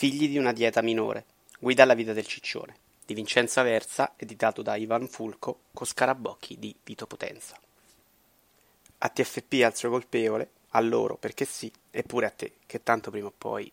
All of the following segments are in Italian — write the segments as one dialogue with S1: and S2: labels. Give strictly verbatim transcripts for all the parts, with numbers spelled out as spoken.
S1: Figli di una dieta minore. Guida alla vita del ciccione, di Vincenzo Aversa, editato da Ivan Fulco, con scarabocchi di Vito Potenza. A T F P al suo colpevole, a loro perché sì, e pure a te, che tanto prima o poi...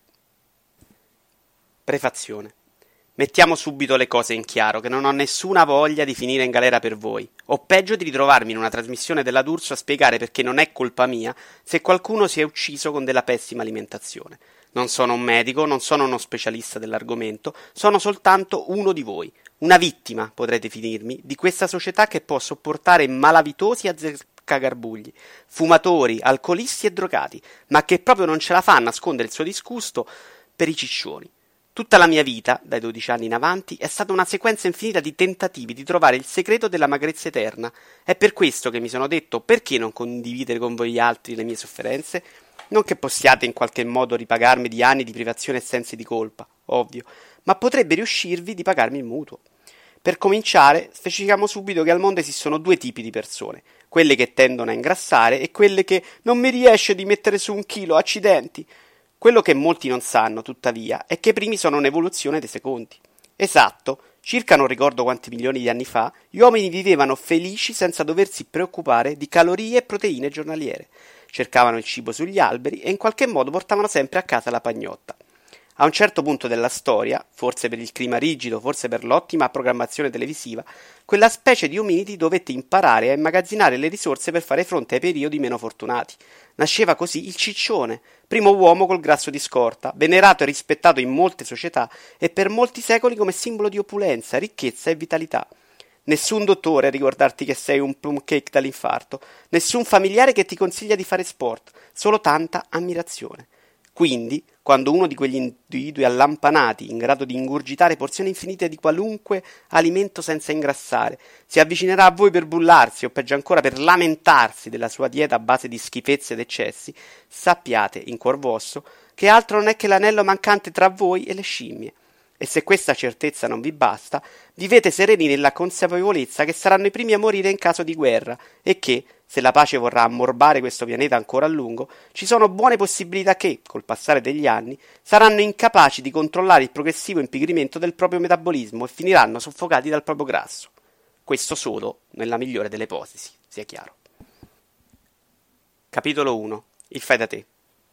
S1: Prefazione. Mettiamo subito le cose in chiaro, che non ho nessuna voglia di finire in galera per voi, o peggio di ritrovarmi in una trasmissione della D'Urso a spiegare perché non è colpa mia se qualcuno si è ucciso con della pessima alimentazione. Non sono un medico, non sono uno specialista dell'argomento, sono soltanto uno di voi, una vittima, potrete finirmi, di questa società che può sopportare malavitosi azzeccagarbugli, fumatori, alcolisti e drogati, ma che proprio non ce la fa a nascondere il suo disgusto per i ciccioni. Tutta la mia vita, dai dodici anni in avanti, è stata una sequenza infinita di tentativi di trovare il segreto della magrezza eterna. È per questo che mi sono detto: perché non condividere con voi altri le mie sofferenze? Non che possiate in qualche modo ripagarmi di anni di privazione e sensi di colpa, ovvio, ma potrebbe riuscirvi di pagarmi il mutuo. Per cominciare, specifichiamo subito che al mondo esistono due tipi di persone: quelle che tendono a ingrassare e quelle che non mi riesce di mettere su un chilo, accidenti. Quello che molti non sanno, tuttavia, è che i primi sono un'evoluzione dei secondi. Esatto, circa non ricordo quanti milioni di anni fa, gli uomini vivevano felici senza doversi preoccupare di calorie e proteine giornaliere. Cercavano il cibo sugli alberi e in qualche modo portavano sempre a casa la pagnotta. A un certo punto della storia, forse per il clima rigido, forse per l'ottima programmazione televisiva, quella specie di ominidi dovette imparare a immagazzinare le risorse per fare fronte ai periodi meno fortunati. Nasceva così il ciccione, primo uomo col grasso di scorta, venerato e rispettato in molte società e per molti secoli come simbolo di opulenza, ricchezza e vitalità. Nessun dottore a ricordarti che sei un plum cake dall'infarto, nessun familiare che ti consiglia di fare sport, solo tanta ammirazione. Quindi, quando uno di quegli individui allampanati, in grado di ingurgitare porzioni infinite di qualunque alimento senza ingrassare, si avvicinerà a voi per bullarsi o peggio ancora per lamentarsi della sua dieta a base di schifezze ed eccessi, sappiate in cuor vostro che altro non è che l'anello mancante tra voi e le scimmie. E se questa certezza non vi basta, vivete sereni nella consapevolezza che saranno i primi a morire in caso di guerra e che, se la pace vorrà ammorbare questo pianeta ancora a lungo, ci sono buone possibilità che, col passare degli anni, saranno incapaci di controllare il progressivo impigrimento del proprio metabolismo e finiranno soffocati dal proprio grasso. Questo solo nella migliore delle ipotesi, sia chiaro. Capitolo uno. Il fai da te.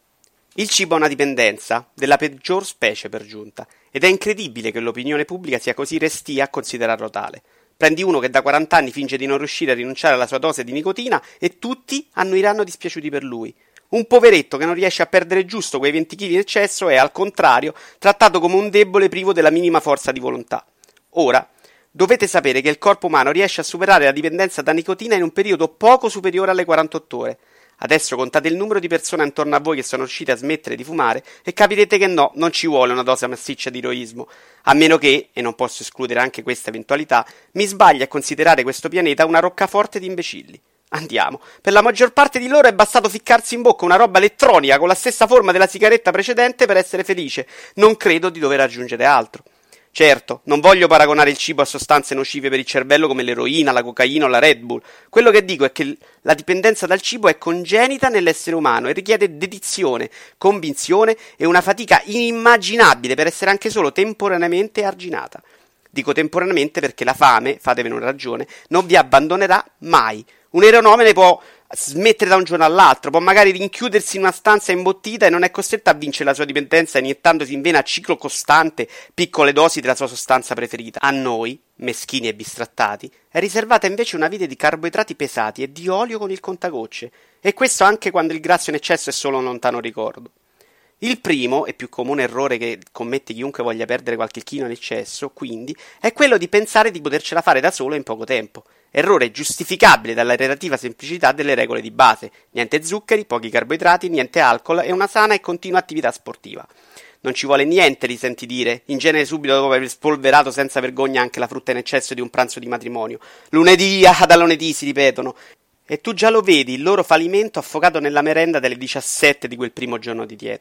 S1: Il cibo è una dipendenza della peggior specie per giunta, ed è incredibile che l'opinione pubblica sia così restia a considerarlo tale. Prendi uno che da quaranta anni finge di non riuscire a rinunciare alla sua dose di nicotina e tutti annoieranno dispiaciuti per lui. Un poveretto che non riesce a perdere giusto quei venti chili in eccesso è, al contrario, trattato come un debole privo della minima forza di volontà. Ora, dovete sapere che il corpo umano riesce a superare la dipendenza da nicotina in un periodo poco superiore alle quarantotto ore. Adesso contate il numero di persone attorno a voi che sono riuscite a smettere di fumare e capirete che no, non ci vuole una dose massiccia di eroismo, a meno che, e non posso escludere anche questa eventualità, mi sbagli a considerare questo pianeta una roccaforte di imbecilli. Andiamo, per la maggior parte di loro è bastato ficcarsi in bocca una roba elettronica con la stessa forma della sigaretta precedente per essere felice, non credo di dover aggiungere altro. Certo, non voglio paragonare il cibo a sostanze nocive per il cervello come l'eroina, la cocaina o la Red Bull. Quello che dico è che la dipendenza dal cibo è congenita nell'essere umano e richiede dedizione, convinzione e una fatica inimmaginabile per essere anche solo temporaneamente arginata. Dico temporaneamente perché la fame, fatevene una ragione, non vi abbandonerà mai. Un eronomane può smettere da un giorno all'altro, può magari rinchiudersi in una stanza imbottita e non è costretto a vincere la sua dipendenza iniettandosi in vena a ciclo costante piccole dosi della sua sostanza preferita. A noi, meschini e bistrattati, è riservata invece una vita di carboidrati pesati e di olio con il contagocce, e questo anche quando il grasso in eccesso è solo un lontano ricordo. Il primo e più comune errore che commette chiunque voglia perdere qualche chilo in eccesso, quindi, è quello di pensare di potercela fare da solo in poco tempo. Errore giustificabile dalla relativa semplicità delle regole di base: niente zuccheri, pochi carboidrati, niente alcol e una sana e continua attività sportiva. Non ci vuole niente, li senti dire, in genere subito dopo aver spolverato senza vergogna anche la frutta in eccesso di un pranzo di matrimonio. Lunedì, ah, da lunedì si ripetono. E tu già lo vedi, il loro fallimento affogato nella merenda delle diciassette di quel primo giorno di dieta.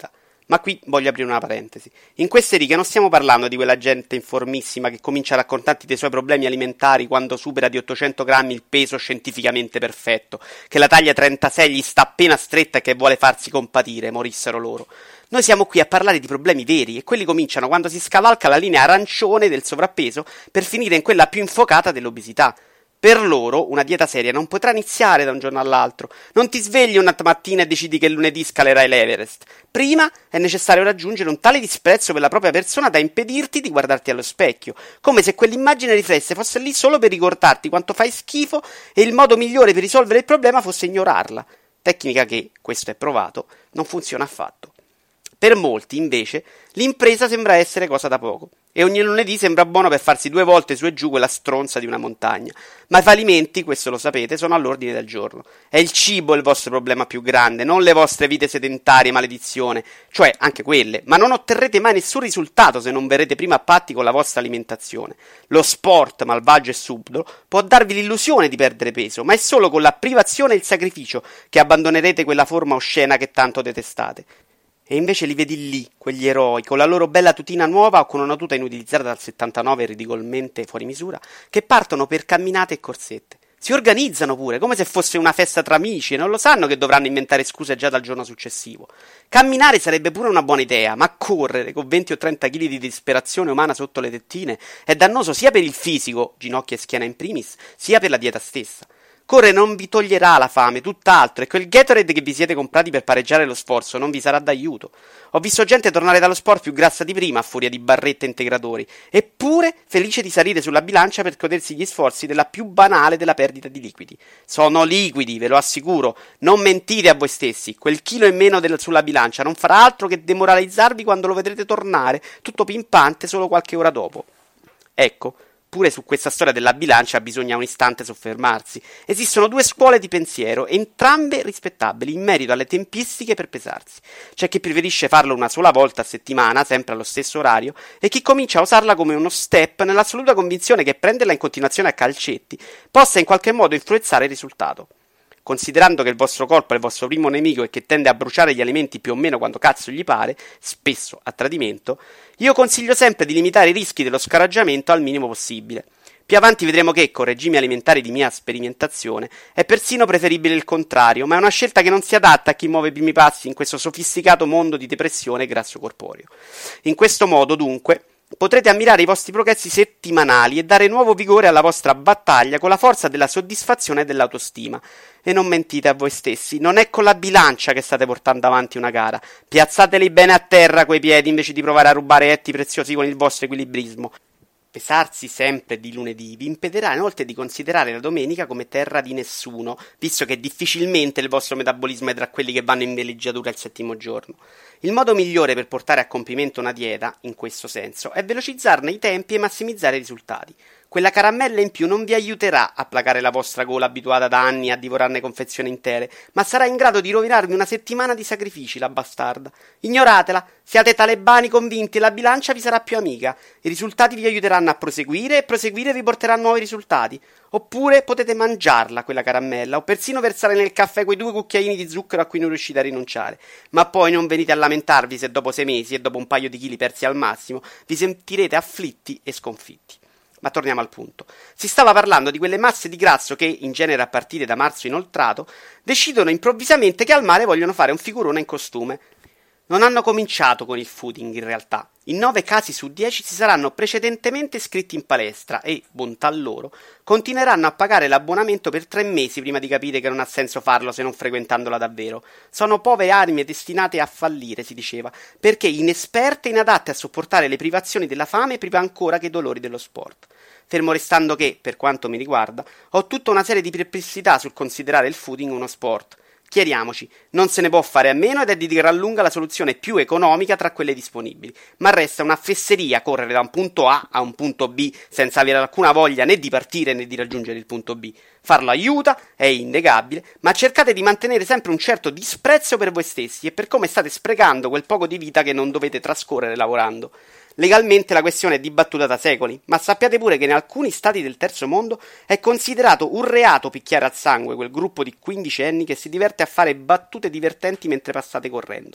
S1: Ma qui voglio aprire una parentesi. In queste righe non stiamo parlando di quella gente informissima che comincia a raccontarti dei suoi problemi alimentari quando supera di ottocento grammi il peso scientificamente perfetto, che la taglia trentasei gli sta appena stretta e che vuole farsi compatire, morissero loro. Noi siamo qui a parlare di problemi veri e quelli cominciano quando si scavalca la linea arancione del sovrappeso per finire in quella più infuocata dell'obesità. Per loro una dieta seria non potrà iniziare da un giorno all'altro. Non ti svegli una mattina e decidi che lunedì scalerai l'Everest. Prima è necessario raggiungere un tale disprezzo per la propria persona da impedirti di guardarti allo specchio, come se quell'immagine riflessa fosse lì solo per ricordarti quanto fai schifo e il modo migliore per risolvere il problema fosse ignorarla. Tecnica che, questo è provato, non funziona affatto. Per molti, invece, l'impresa sembra essere cosa da poco, e ogni lunedì sembra buono per farsi due volte su e giù quella stronza di una montagna. Ma i fallimenti, questo lo sapete, sono all'ordine del giorno. È il cibo il vostro problema più grande, non le vostre vite sedentarie, maledizione, cioè anche quelle, ma non otterrete mai nessun risultato se non verrete prima a patti con la vostra alimentazione. Lo sport, malvagio e subdolo, può darvi l'illusione di perdere peso, ma è solo con la privazione e il sacrificio che abbandonerete quella forma oscena che tanto detestate. E invece li vedi lì, quegli eroi, con la loro bella tutina nuova o con una tuta inutilizzata dal settantanove ridicolmente fuori misura, che partono per camminate e corsette. Si organizzano pure, come se fosse una festa tra amici, e non lo sanno che dovranno inventare scuse già dal giorno successivo. Camminare sarebbe pure una buona idea, ma correre con venti o trenta chili di disperazione umana sotto le tettine è dannoso sia per il fisico, ginocchia e schiena in primis, sia per la dieta stessa. Correre non vi toglierà la fame, tutt'altro, e quel Gatorade che vi siete comprati per pareggiare lo sforzo non vi sarà d'aiuto. Ho visto gente tornare dallo sport più grassa di prima a furia di barrette e integratori, eppure felice di salire sulla bilancia per godersi gli sforzi della più banale della perdita di liquidi. Sono liquidi, ve lo assicuro, non mentite a voi stessi, quel chilo in meno del, sulla bilancia non farà altro che demoralizzarvi quando lo vedrete tornare, tutto pimpante, solo qualche ora dopo. Ecco, pure su questa storia della bilancia bisogna un istante soffermarsi. Esistono due scuole di pensiero, entrambe rispettabili in merito alle tempistiche per pesarsi. C'è chi preferisce farlo una sola volta a settimana, sempre allo stesso orario, e chi comincia a usarla come uno step nell'assoluta convinzione che prenderla in continuazione a calcetti possa in qualche modo influenzare il risultato. Considerando che il vostro corpo è il vostro primo nemico e che tende a bruciare gli alimenti più o meno quando cazzo gli pare, spesso a tradimento, io consiglio sempre di limitare i rischi dello scoraggiamento al minimo possibile. Più avanti vedremo che, con regimi alimentari di mia sperimentazione, è persino preferibile il contrario, ma è una scelta che non si adatta a chi muove i primi passi in questo sofisticato mondo di depressione e grasso corporeo. In questo modo, dunque, potrete ammirare i vostri progressi settimanali e dare nuovo vigore alla vostra battaglia con la forza della soddisfazione e dell'autostima. E non mentite a voi stessi, non è con la bilancia che state portando avanti una gara. Piazzateli bene a terra quei piedi invece di provare a rubare etti preziosi con il vostro equilibrismo. Pesarsi sempre di lunedì vi impedirà inoltre di considerare la domenica come terra di nessuno, visto che difficilmente il vostro metabolismo è tra quelli che vanno in villeggiatura il settimo giorno. Il modo migliore per portare a compimento una dieta, in questo senso, è velocizzarne i tempi e massimizzare i risultati. Quella caramella in più non vi aiuterà a placare la vostra gola abituata da anni a divorarne confezioni intere, ma sarà in grado di rovinarvi una settimana di sacrifici, la bastarda. Ignoratela, siate talebani convinti e la bilancia vi sarà più amica. I risultati vi aiuteranno a proseguire e proseguire vi porterà a nuovi risultati. Oppure potete mangiarla, quella caramella, o persino versare nel caffè quei due cucchiaini di zucchero a cui non riuscite a rinunciare. Ma poi non venite a lamentarvi se dopo sei mesi e dopo un paio di chili persi al massimo vi sentirete afflitti e sconfitti. Ma torniamo al punto. Si stava parlando di quelle masse di grasso che, in genere a partire da marzo inoltrato, decidono improvvisamente che al mare vogliono fare un figurone in costume. Non hanno cominciato con il footing in realtà. In nove casi su dieci si saranno precedentemente iscritti in palestra e, bontà loro, continueranno a pagare l'abbonamento per tre mesi prima di capire che non ha senso farlo se non frequentandola davvero. Sono povere anime destinate a fallire, si diceva, perché inesperte e inadatte a sopportare le privazioni della fame prima ancora che i dolori dello sport. Fermo restando che, per quanto mi riguarda, ho tutta una serie di perplessità sul considerare il footing uno sport. Chiariamoci, non se ne può fare a meno ed è di gran lunga la soluzione più economica tra quelle disponibili, ma resta una fesseria correre da un punto A a un punto B senza avere alcuna voglia né di partire né di raggiungere il punto B. Farlo aiuta, è innegabile, ma cercate di mantenere sempre un certo disprezzo per voi stessi e per come state sprecando quel poco di vita che non dovete trascorrere lavorando. Legalmente la questione è dibattuta da secoli, ma sappiate pure che in alcuni stati del terzo mondo è considerato un reato picchiare al sangue quel gruppo di quindicenni che si diverte a fare battute divertenti mentre passate correndo.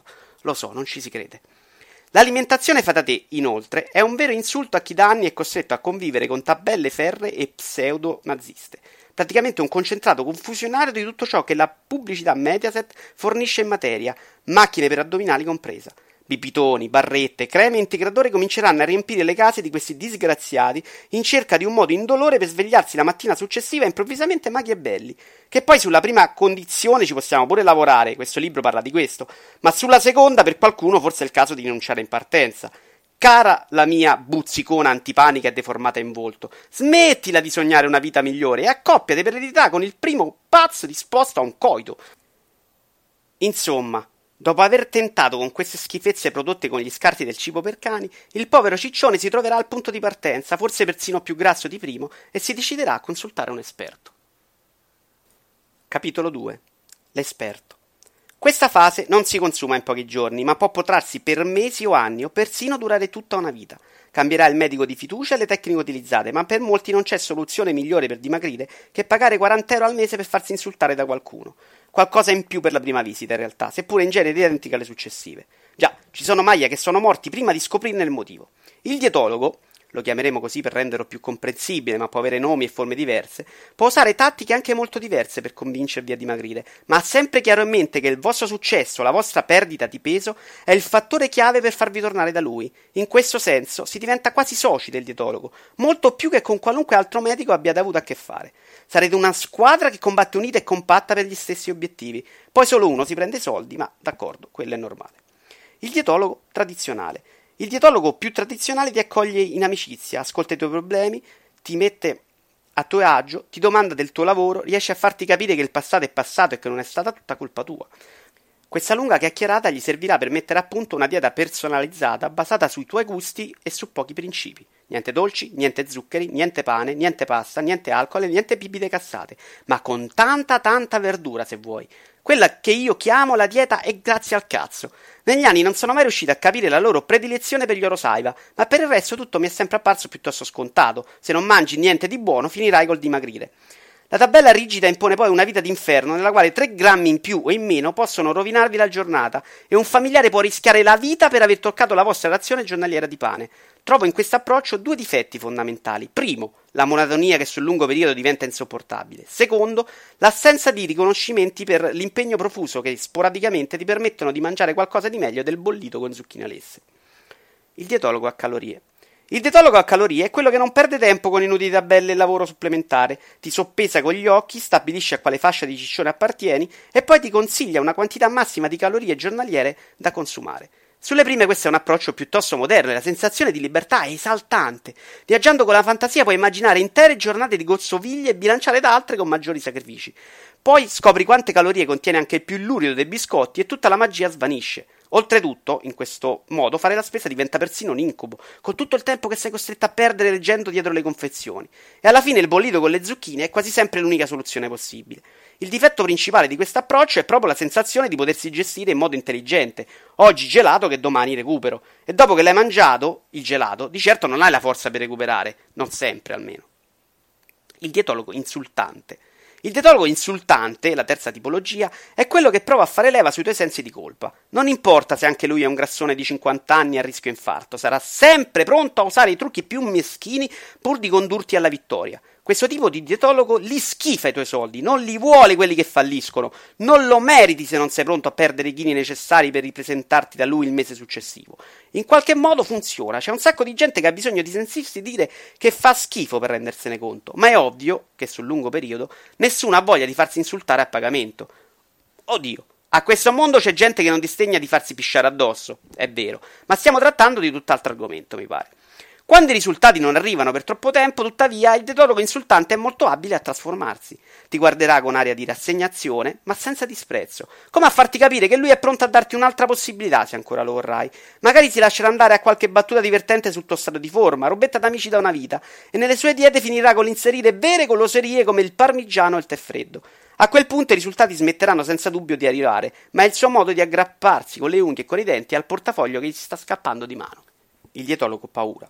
S1: lo so, non ci si crede. L'alimentazione fata te, inoltre, è un vero insulto a chi da anni è costretto a convivere con tabelle ferree e pseudo-naziste. Praticamente un concentrato confusionario di tutto ciò che la pubblicità Mediaset fornisce in materia, macchine per addominali compresa. Bibitoni, barrette, creme e integratori cominceranno a riempire le case di questi disgraziati in cerca di un modo indolore per svegliarsi la mattina successiva improvvisamente maghi e belli. Che poi sulla prima condizione ci possiamo pure lavorare, questo libro parla di questo, ma sulla seconda per qualcuno forse è il caso di rinunciare in partenza. Cara la mia buzzicona antipanica e deformata in volto, smettila di sognare una vita migliore e accoppiati per eredità con il primo pazzo disposto a un coito. Insomma, dopo aver tentato con queste schifezze prodotte con gli scarti del cibo per cani, il povero ciccione si troverà al punto di partenza, forse persino più grasso di primo, e si deciderà a consultare un esperto. Capitolo due. L'esperto. Questa fase non si consuma in pochi giorni, ma può protrarsi per mesi o anni, o persino durare tutta una vita. Cambierà il medico di fiducia e le tecniche utilizzate, ma per molti non c'è soluzione migliore per dimagrire che pagare quaranta euro al mese per farsi insultare da qualcuno. Qualcosa in più per la prima visita, in realtà, seppure in genere identica alle successive. Già, ci sono maglia che sono morti prima di scoprirne il motivo. Il dietologo, lo chiameremo così per renderlo più comprensibile, ma può avere nomi e forme diverse, può usare tattiche anche molto diverse per convincervi a dimagrire, ma ha sempre chiaro in mente che il vostro successo, la vostra perdita di peso, è il fattore chiave per farvi tornare da lui. In questo senso si diventa quasi soci del dietologo, molto più che con qualunque altro medico abbiate avuto a che fare. Sarete una squadra che combatte unita e compatta per gli stessi obiettivi. Poi solo uno si prende i soldi, ma d'accordo, quello è normale. Il dietologo tradizionale. Il dietologo più tradizionale ti accoglie in amicizia, ascolta i tuoi problemi, ti mette a tuo agio, ti domanda del tuo lavoro, riesce a farti capire che il passato è passato e che non è stata tutta colpa tua. Questa lunga chiacchierata gli servirà per mettere a punto una dieta personalizzata basata sui tuoi gusti e su pochi principi. Niente dolci, niente zuccheri, niente pane, niente pasta, niente alcol e niente bibite cassate, ma con tanta tanta verdura se vuoi. Quella che io chiamo la dieta è grazie al cazzo. Negli anni non sono mai riuscito a capire la loro predilezione per gli orosaiba, ma per il resto tutto mi è sempre apparso piuttosto scontato. Se non mangi niente di buono finirai col dimagrire. La tabella rigida impone poi una vita d'inferno nella quale tre grammi in più o in meno possono rovinarvi la giornata e un familiare può rischiare la vita per aver toccato la vostra razione giornaliera di pane. Trovo in questo approccio due difetti fondamentali. Primo, la monotonia che sul lungo periodo diventa insopportabile. Secondo, l'assenza di riconoscimenti per l'impegno profuso che sporadicamente ti permettono di mangiare qualcosa di meglio del bollito con zucchine lesse. Il dietologo a calorie. Il dietologo a calorie è quello che non perde tempo con inutili tabelle e lavoro supplementare, ti soppesa con gli occhi, stabilisce a quale fascia di ciccione appartieni e poi ti consiglia una quantità massima di calorie giornaliere da consumare. Sulle prime questo è un approccio piuttosto moderno e la sensazione di libertà è esaltante. Viaggiando con la fantasia puoi immaginare intere giornate di gozzoviglie e bilanciare da altre con maggiori sacrifici. Poi scopri quante calorie contiene anche il più lurido dei biscotti e tutta la magia svanisce. Oltretutto, in questo modo, fare la spesa diventa persino un incubo, con tutto il tempo che sei costretto a perdere leggendo dietro le confezioni. E alla fine il bollito con le zucchine è quasi sempre l'unica soluzione possibile. Il difetto principale di questo approccio è proprio la sensazione di potersi gestire in modo intelligente. Oggi gelato che domani recupero. E dopo che l'hai mangiato, il gelato, di certo non hai la forza per recuperare. Non sempre, almeno. Il dietologo insultante. Il dietologo insultante, la terza tipologia, è quello che prova a fare leva sui tuoi sensi di colpa. Non importa se anche lui è un grassone di cinquanta anni a rischio infarto, sarà sempre pronto a usare i trucchi più meschini pur di condurti alla vittoria. Questo tipo di dietologo li schifa i tuoi soldi, non li vuole quelli che falliscono, non lo meriti se non sei pronto a perdere i chili necessari per ripresentarti da lui il mese successivo. In qualche modo funziona, c'è un sacco di gente che ha bisogno di sentirsi dire che fa schifo per rendersene conto, ma è ovvio che sul lungo periodo nessuno ha voglia di farsi insultare a pagamento. Oddio, a questo mondo c'è gente che non disdegna di farsi pisciare addosso, è vero, ma stiamo trattando di tutt'altro argomento, mi pare. Quando i risultati non arrivano per troppo tempo, tuttavia, il dietologo insultante è molto abile a trasformarsi. Ti guarderà con aria di rassegnazione, ma senza disprezzo, come a farti capire che lui è pronto a darti un'altra possibilità se ancora lo vorrai. Magari si lascerà andare a qualche battuta divertente sul tuo stato di forma, robetta d'amici da una vita, e nelle sue diete finirà con l'inserire vere goloserie come il parmigiano e il tè freddo. A quel punto i risultati smetteranno senza dubbio di arrivare, ma è il suo modo di aggrapparsi con le unghie e con i denti al portafoglio che gli sta scappando di mano. Il dietologo paura.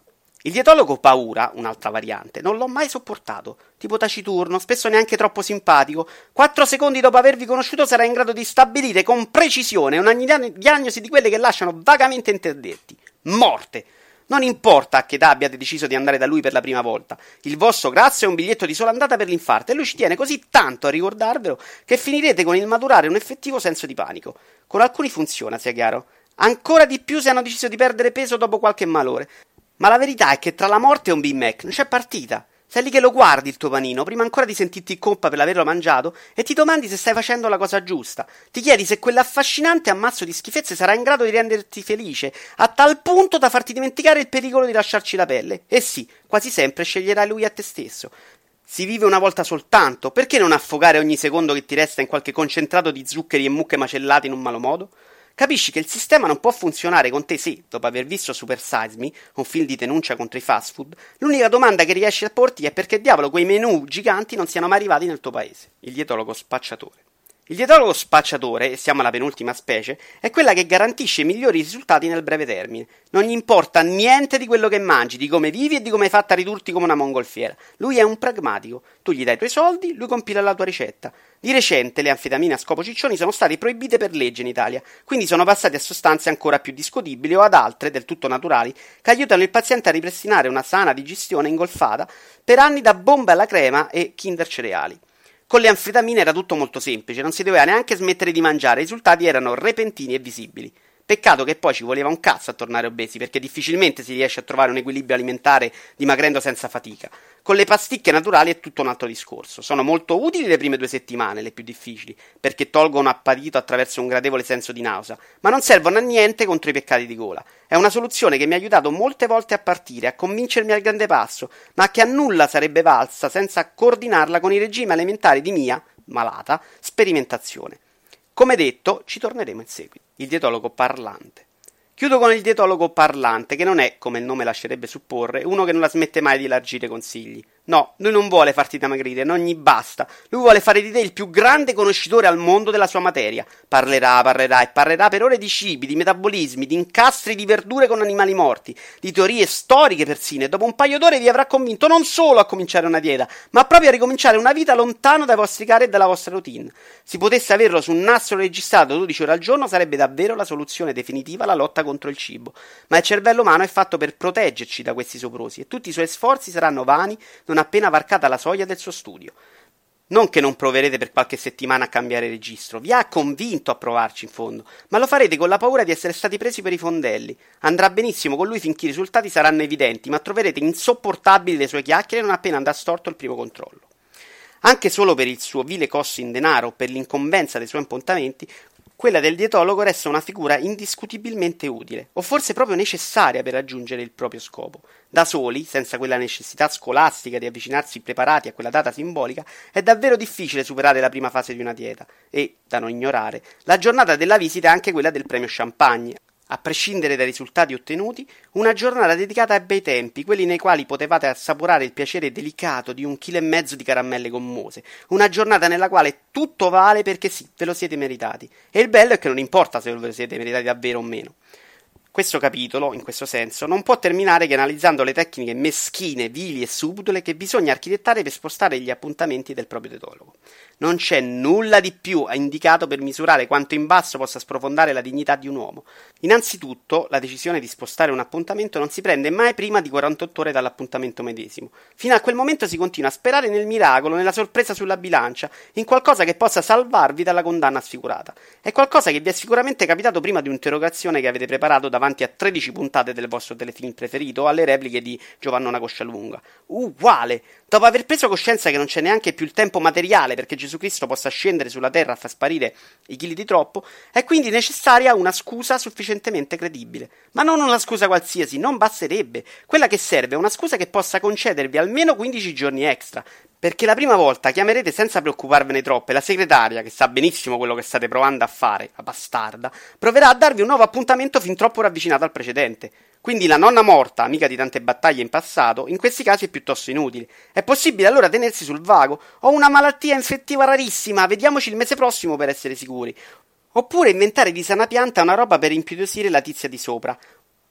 S1: Il dietologo paura, un'altra variante, non l'ho mai sopportato, tipo taciturno, spesso neanche troppo simpatico. Quattro secondi dopo avervi conosciuto sarà in grado di stabilire con precisione una diagnosi di quelle che lasciano vagamente interdetti. Morte! Non importa a che età abbiate deciso di andare da lui per la prima volta, il vostro grasso è un biglietto di sola andata per l'infarto e lui ci tiene così tanto a ricordarvelo che finirete con il maturare un effettivo senso di panico. Con alcuni funziona, sia chiaro. Ancora di più se hanno deciso di perdere peso dopo qualche malore. Ma la verità è che tra la morte e un Big Mac non c'è partita. Sei lì che lo guardi il tuo panino, prima ancora di sentirti in colpa per averlo mangiato, e ti domandi se stai facendo la cosa giusta. Ti chiedi se quell'affascinante ammasso di schifezze sarà in grado di renderti felice, a tal punto da farti dimenticare il pericolo di lasciarci la pelle. E sì, quasi sempre sceglierai lui a te stesso. Si vive una volta soltanto, perché non affogare ogni secondo che ti resta in qualche concentrato di zuccheri e mucche macellate in un malo modo? Capisci che il sistema non può funzionare con te se, dopo aver visto Super Size Me, un film di denuncia contro i fast food, l'unica domanda che riesci a porti è perché diavolo quei menù giganti non siano mai arrivati nel tuo paese. Il dietologo spacciatore. Il dietologo spacciatore, e siamo alla penultima specie, è quella che garantisce i migliori risultati nel breve termine. Non gli importa niente di quello che mangi, di come vivi e di come hai fatto a ridurti come una mongolfiera. Lui è un pragmatico. Tu gli dai i tuoi soldi, lui compila la tua ricetta. Di recente le anfetamine a scopo ciccioni sono state proibite per legge in Italia, quindi sono passate a sostanze ancora più discutibili o ad altre, del tutto naturali, che aiutano il paziente a ripristinare una sana digestione ingolfata per anni da bombe alla crema e Kinder cereali. Con le anfetamine era tutto molto semplice, non si doveva neanche smettere di mangiare, i risultati erano repentini e visibili. Peccato che poi ci voleva un cazzo a tornare obesi, perché difficilmente si riesce a trovare un equilibrio alimentare dimagrendo senza fatica. Con le pasticche naturali è tutto un altro discorso. Sono molto utili le prime due settimane, le più difficili, perché tolgono appetito attraverso un gradevole senso di nausea, ma non servono a niente contro i peccati di gola. È una soluzione che mi ha aiutato molte volte a partire, a convincermi al grande passo, ma che a nulla sarebbe valsa senza coordinarla con i regimi alimentari di mia, malata, sperimentazione. Come detto, ci torneremo in seguito. Il dietologo parlante. Chiudo con il dietologo parlante, che non è, come il nome lascerebbe supporre, uno che non la smette mai di largire consigli. No, lui non vuole farti dimagrire, non gli basta. Lui vuole fare di te il più grande conoscitore al mondo della sua materia. Parlerà, parlerà e parlerà per ore di cibi, di metabolismi, di incastri di verdure con animali morti, di teorie storiche persino, e dopo un paio d'ore vi avrà convinto non solo a cominciare una dieta, ma proprio a ricominciare una vita lontano dai vostri cari e dalla vostra routine. Se potesse averlo su un nastro registrato dodici ore al giorno sarebbe davvero la soluzione definitiva alla lotta contro il cibo. Ma il cervello umano è fatto per proteggerci da questi soprusi e tutti i suoi sforzi saranno vani non appena varcata la soglia del suo studio. Non che non proverete per qualche settimana a cambiare registro, vi ha convinto a provarci in fondo, ma lo farete con la paura di essere stati presi per i fondelli. Andrà benissimo con lui finché i risultati saranno evidenti, ma troverete insopportabili le sue chiacchiere non appena andrà storto il primo controllo. Anche solo per il suo vile costo in denaro o per l'incombenza dei suoi appuntamenti, quella del dietologo resta una figura indiscutibilmente utile, o forse proprio necessaria per raggiungere il proprio scopo. Da soli, senza quella necessità scolastica di avvicinarsi preparati a quella data simbolica, è davvero difficile superare la prima fase di una dieta e, da non ignorare, la giornata della visita è anche quella del premio champagne. A prescindere dai risultati ottenuti, una giornata dedicata ai bei tempi, quelli nei quali potevate assaporare il piacere delicato di un chilo e mezzo di caramelle gommose, una giornata nella quale tutto vale perché sì, ve lo siete meritati. E il bello è che non importa se ve lo siete meritati davvero o meno. Questo capitolo, in questo senso, non può terminare che analizzando le tecniche meschine, vili e subdole che bisogna architettare per spostare gli appuntamenti del proprio dietologo. Non c'è nulla di più indicato per misurare quanto in basso possa sprofondare la dignità di un uomo. Innanzitutto, la decisione di spostare un appuntamento non si prende mai prima di quarantotto ore dall'appuntamento medesimo. Fino a quel momento si continua a sperare nel miracolo, nella sorpresa sulla bilancia, in qualcosa che possa salvarvi dalla condanna sfigurata. È qualcosa che vi è sicuramente capitato prima di un'interrogazione che avete preparato davanti a tredici puntate del vostro telefilm preferito o alle repliche di Giovannona Coscialunga. Uguale! Dopo aver preso coscienza che non c'è neanche più il tempo materiale perché Gesù Cristo possa scendere sulla terra a far sparire i chili di troppo, è quindi necessaria una scusa sufficientemente credibile. Ma non una scusa qualsiasi, non basterebbe. Quella che serve è una scusa che possa concedervi almeno quindici giorni extra, perché la prima volta chiamerete senza preoccuparvene troppo e la segretaria, che sa benissimo quello che state provando a fare, la bastarda, proverà a darvi un nuovo appuntamento fin troppo ravvicinato al precedente. Quindi la nonna morta, amica di tante battaglie in passato, in questi casi è piuttosto inutile. È possibile allora tenersi sul vago? Ho una malattia infettiva rarissima, vediamoci il mese prossimo per essere sicuri. Oppure inventare di sana pianta una roba per impietosire la tizia di sopra.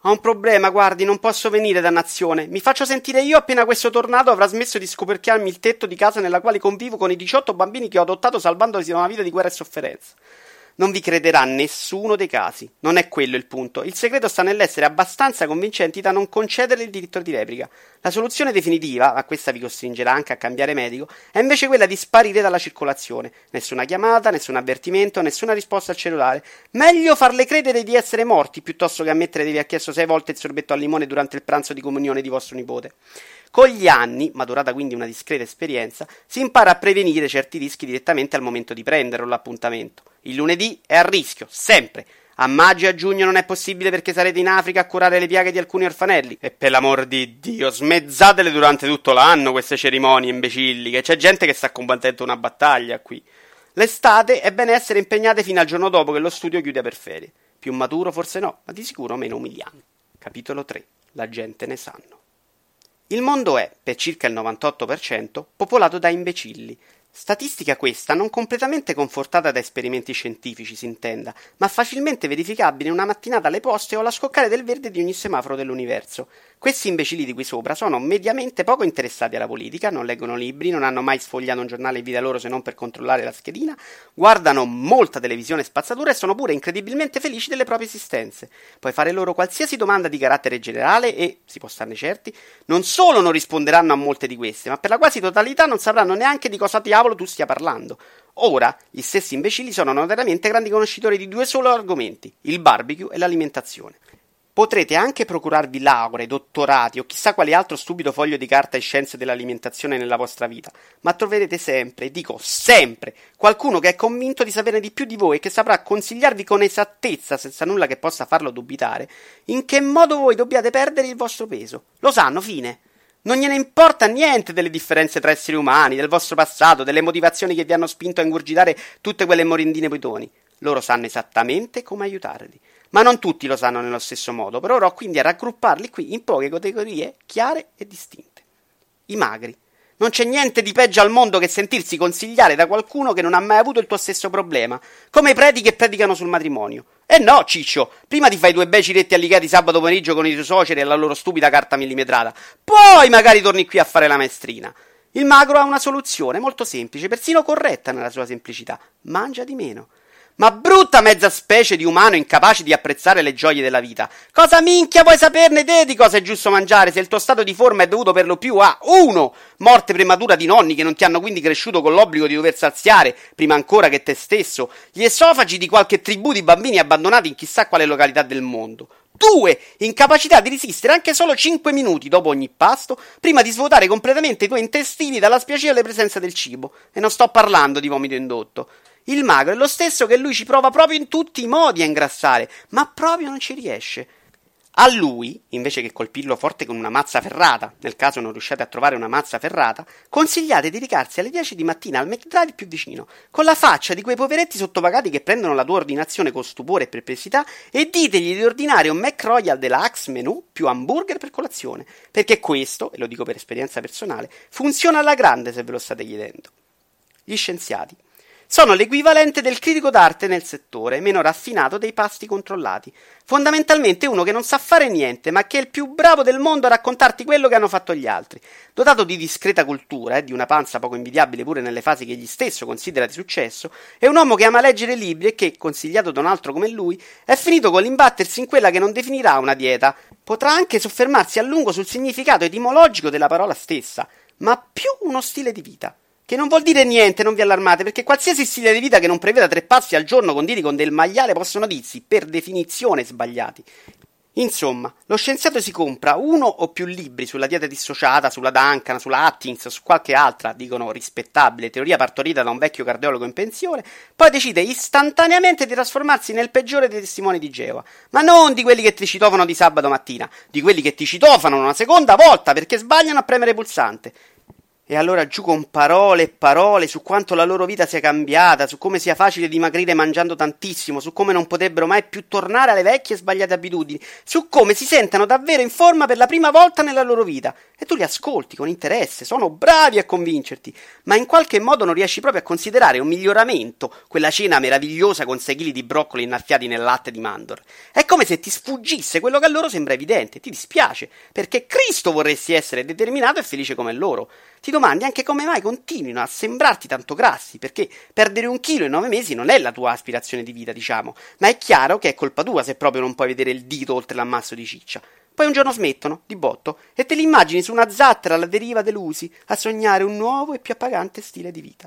S1: Ho un problema, guardi, non posso venire, dannazione. Mi faccio sentire io appena questo tornado avrà smesso di scoperchiarmi il tetto di casa nella quale convivo con i diciotto bambini che ho adottato salvandosi da una vita di guerra e sofferenza. Non vi crederà nessuno dei casi. Non è quello il punto. Il segreto sta nell'essere abbastanza convincenti da non concedere il diritto di replica. La soluzione definitiva, ma questa vi costringerà anche a cambiare medico, è invece quella di sparire dalla circolazione. Nessuna chiamata, nessun avvertimento, nessuna risposta al cellulare. Meglio farle credere di essere morti piuttosto che ammettere di aver chiesto sei volte il sorbetto al limone durante il pranzo di comunione di vostro nipote. Con gli anni, maturata quindi una discreta esperienza, si impara a prevenire certi rischi direttamente al momento di prenderlo l'appuntamento. Il lunedì è a rischio, sempre. A maggio e a giugno non è possibile perché sarete in Africa a curare le piaghe di alcuni orfanelli. E per l'amor di Dio, smezzatele durante tutto l'anno queste cerimonie imbecilli, che c'è gente che sta combattendo una battaglia qui. L'estate è bene essere impegnate fino al giorno dopo che lo studio chiude per ferie. Più maturo forse no, ma di sicuro meno umiliante. Capitolo tre. La gente ne sanno. Il mondo è, per circa il novantotto per cento, popolato da imbecilli. Statistica questa non completamente confortata da esperimenti scientifici, si intenda, ma facilmente verificabile una mattinata alle poste o alla scoccare del verde di ogni semaforo dell'universo. Questi imbecilli di qui sopra sono mediamente poco interessati alla politica, non leggono libri, non hanno mai sfogliato un giornale in vita loro se non per controllare la schedina, guardano molta televisione spazzatura e sono pure incredibilmente felici delle proprie esistenze. Puoi fare loro qualsiasi domanda di carattere generale e, si può starne certi, non solo non risponderanno a molte di queste, ma per la quasi totalità non sapranno neanche di cosa diavolo tu stia parlando. Ora, gli stessi imbecilli sono notoriamente grandi conoscitori di due soli argomenti, il barbecue e l'alimentazione. Potrete anche procurarvi lauree, dottorati o chissà quale altro stupido foglio di carta e scienze dell'alimentazione nella vostra vita, ma troverete sempre, dico sempre, qualcuno che è convinto di sapere di più di voi e che saprà consigliarvi con esattezza, senza nulla che possa farlo dubitare, in che modo voi dobbiate perdere il vostro peso. Lo sanno, fine. Non gliene importa niente delle differenze tra esseri umani, del vostro passato, delle motivazioni che vi hanno spinto a ingurgitare tutte quelle morindine poitoni. Loro sanno esattamente come aiutarli. Ma non tutti lo sanno nello stesso modo, proverò quindi a raggrupparli qui in poche categorie chiare e distinte. I magri. Non c'è niente di peggio al mondo che sentirsi consigliare da qualcuno che non ha mai avuto il tuo stesso problema, come i preti che predicano sul matrimonio. E no, ciccio, prima ti fai due bei ciretti alligati sabato pomeriggio con i tuoi suoceri e la loro stupida carta millimetrata, poi magari torni qui a fare la maestrina. Il magro ha una soluzione molto semplice, persino corretta nella sua semplicità: mangia di meno. Ma brutta mezza specie di umano incapace di apprezzare le gioie della vita. Cosa minchia vuoi saperne te di cosa è giusto mangiare se il tuo stato di forma è dovuto per lo più a uno morte prematura di nonni che non ti hanno quindi cresciuto con l'obbligo di dover saziare, prima ancora che te stesso, gli esofagi di qualche tribù di bambini abbandonati in chissà quale località del mondo. Due, incapacità di resistere anche solo cinque minuti dopo ogni pasto prima di svuotare completamente i tuoi intestini dalla spiacevole presenza del cibo. E non sto parlando di vomito indotto. Il magro è lo stesso che lui ci prova proprio in tutti i modi a ingrassare, ma proprio non ci riesce. A lui, invece che colpirlo forte con una mazza ferrata, nel caso non riusciate a trovare una mazza ferrata, consigliate di recarsi alle dieci di mattina al McDrive più vicino, con la faccia di quei poveretti sottopagati che prendono la tua ordinazione con stupore e perplessità e ditegli di ordinare un McRoyal Deluxe menù più hamburger per colazione, perché questo, e lo dico per esperienza personale, funziona alla grande se ve lo state chiedendo. Gli scienziati sono l'equivalente del critico d'arte nel settore, meno raffinato dei pasti controllati. Fondamentalmente uno che non sa fare niente, ma che è il più bravo del mondo a raccontarti quello che hanno fatto gli altri. Dotato di discreta cultura e eh, di una panza poco invidiabile pure nelle fasi che egli stesso considera di successo, è un uomo che ama leggere libri e che, consigliato da un altro come lui, è finito con l'imbattersi in quella che non definirà una dieta. Potrà anche soffermarsi a lungo sul significato etimologico della parola stessa, ma più uno stile di vita. Che non vuol dire niente, non vi allarmate, perché qualsiasi stile di vita che non preveda tre passi al giorno conditi con del maiale possono dirsi, per definizione, sbagliati. Insomma, lo scienziato si compra uno o più libri sulla dieta dissociata, sulla Duncan, sulla Atkins o su qualche altra, dicono rispettabile, teoria partorita da un vecchio cardiologo in pensione, poi decide istantaneamente di trasformarsi nel peggiore dei testimoni di Geova. Ma non di quelli che ti citofonano di sabato mattina, di quelli che ti citofonano una seconda volta perché sbagliano a premere pulsante. E allora giù con parole e parole su quanto la loro vita sia cambiata, su come sia facile dimagrire mangiando tantissimo, su come non potrebbero mai più tornare alle vecchie e sbagliate abitudini, su come si sentano davvero in forma per la prima volta nella loro vita. E tu li ascolti con interesse, sono bravi a convincerti, ma in qualche modo non riesci proprio a considerare un miglioramento quella cena meravigliosa con sei chili di broccoli innaffiati nel latte di mandorle. È come se ti sfuggisse quello che a loro sembra evidente, ti dispiace, perché Cristo vorresti essere determinato e felice come loro. Ti domandi anche come mai continuino a sembrarti tanto grassi, perché perdere un chilo in nove mesi non è la tua aspirazione di vita, diciamo, ma è chiaro che è colpa tua se proprio non puoi vedere il dito oltre l'ammasso di ciccia. Poi un giorno smettono, di botto, e te li immagini su una zattera alla deriva delusi, a sognare un nuovo e più appagante stile di vita.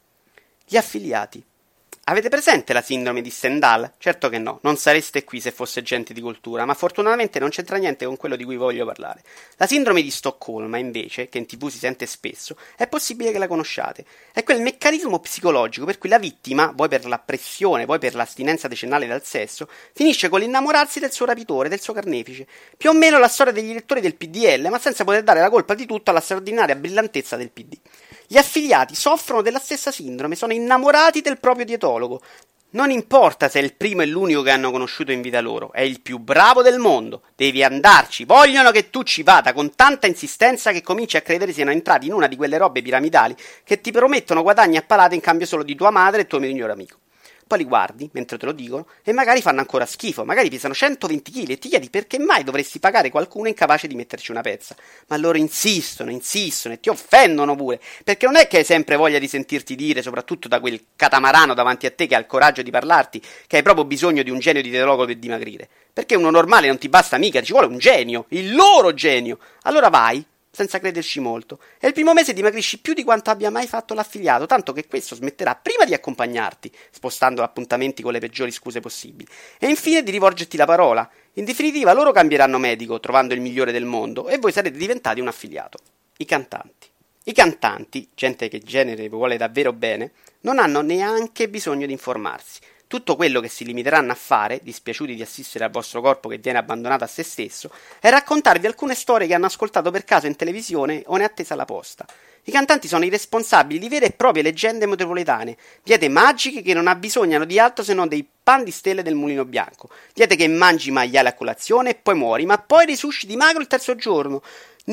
S1: Gli affiliati. Avete presente la sindrome di Stendhal? Certo che no, non sareste qui se fosse gente di cultura, ma fortunatamente non c'entra niente con quello di cui voglio parlare. La sindrome di Stoccolma, invece, che in tv si sente spesso, è possibile che la conosciate. È quel meccanismo psicologico per cui la vittima, vuoi per la pressione, vuoi per l'astinenza decennale dal sesso, finisce con l'innamorarsi del suo rapitore, del suo carnefice. Più o meno la storia degli elettori del P D L, ma senza poter dare la colpa di tutto alla straordinaria brillantezza del P D. Gli affiliati soffrono della stessa sindrome, sono innamorati del proprio dietologo. Non importa se è il primo e l'unico che hanno conosciuto in vita loro, è il più bravo del mondo, devi andarci, vogliono che tu ci vada con tanta insistenza che cominci a credere siano entrati in una di quelle robe piramidali che ti promettono guadagni a palate in cambio solo di tua madre e tuo migliore amico. Poi li guardi, mentre te lo dicono, e magari fanno ancora schifo, magari pesano centoventi chili e ti chiedi perché mai dovresti pagare qualcuno incapace di metterci una pezza. Ma loro insistono, insistono e ti offendono pure, perché non è che hai sempre voglia di sentirti dire, soprattutto da quel catamarano davanti a te che ha il coraggio di parlarti, che hai proprio bisogno di un genio di dietologo per dimagrire. Perché uno normale non ti basta mica, ci vuole un genio, il loro genio. Allora vai, senza crederci molto, e il primo mese dimagrisci più di quanto abbia mai fatto l'affiliato, tanto che questo smetterà prima di accompagnarti, spostando appuntamenti con le peggiori scuse possibili, e infine di rivolgerti la parola. In definitiva, loro cambieranno medico, trovando il migliore del mondo, e voi sarete diventati un affiliato. I cantanti. I cantanti, gente che genere vuole davvero bene, non hanno neanche bisogno di informarsi. Tutto quello che si limiteranno a fare, dispiaciuti di assistere al vostro corpo che viene abbandonato a se stesso, è raccontarvi alcune storie che hanno ascoltato per caso in televisione o ne attesa la posta. I cantanti sono i responsabili di vere e proprie leggende metropolitane, diete magiche che non abbisognano di altro se non dei pan di stelle del Mulino Bianco, diete che mangi maiale a colazione e poi muori, ma poi risusciti magro il terzo giorno,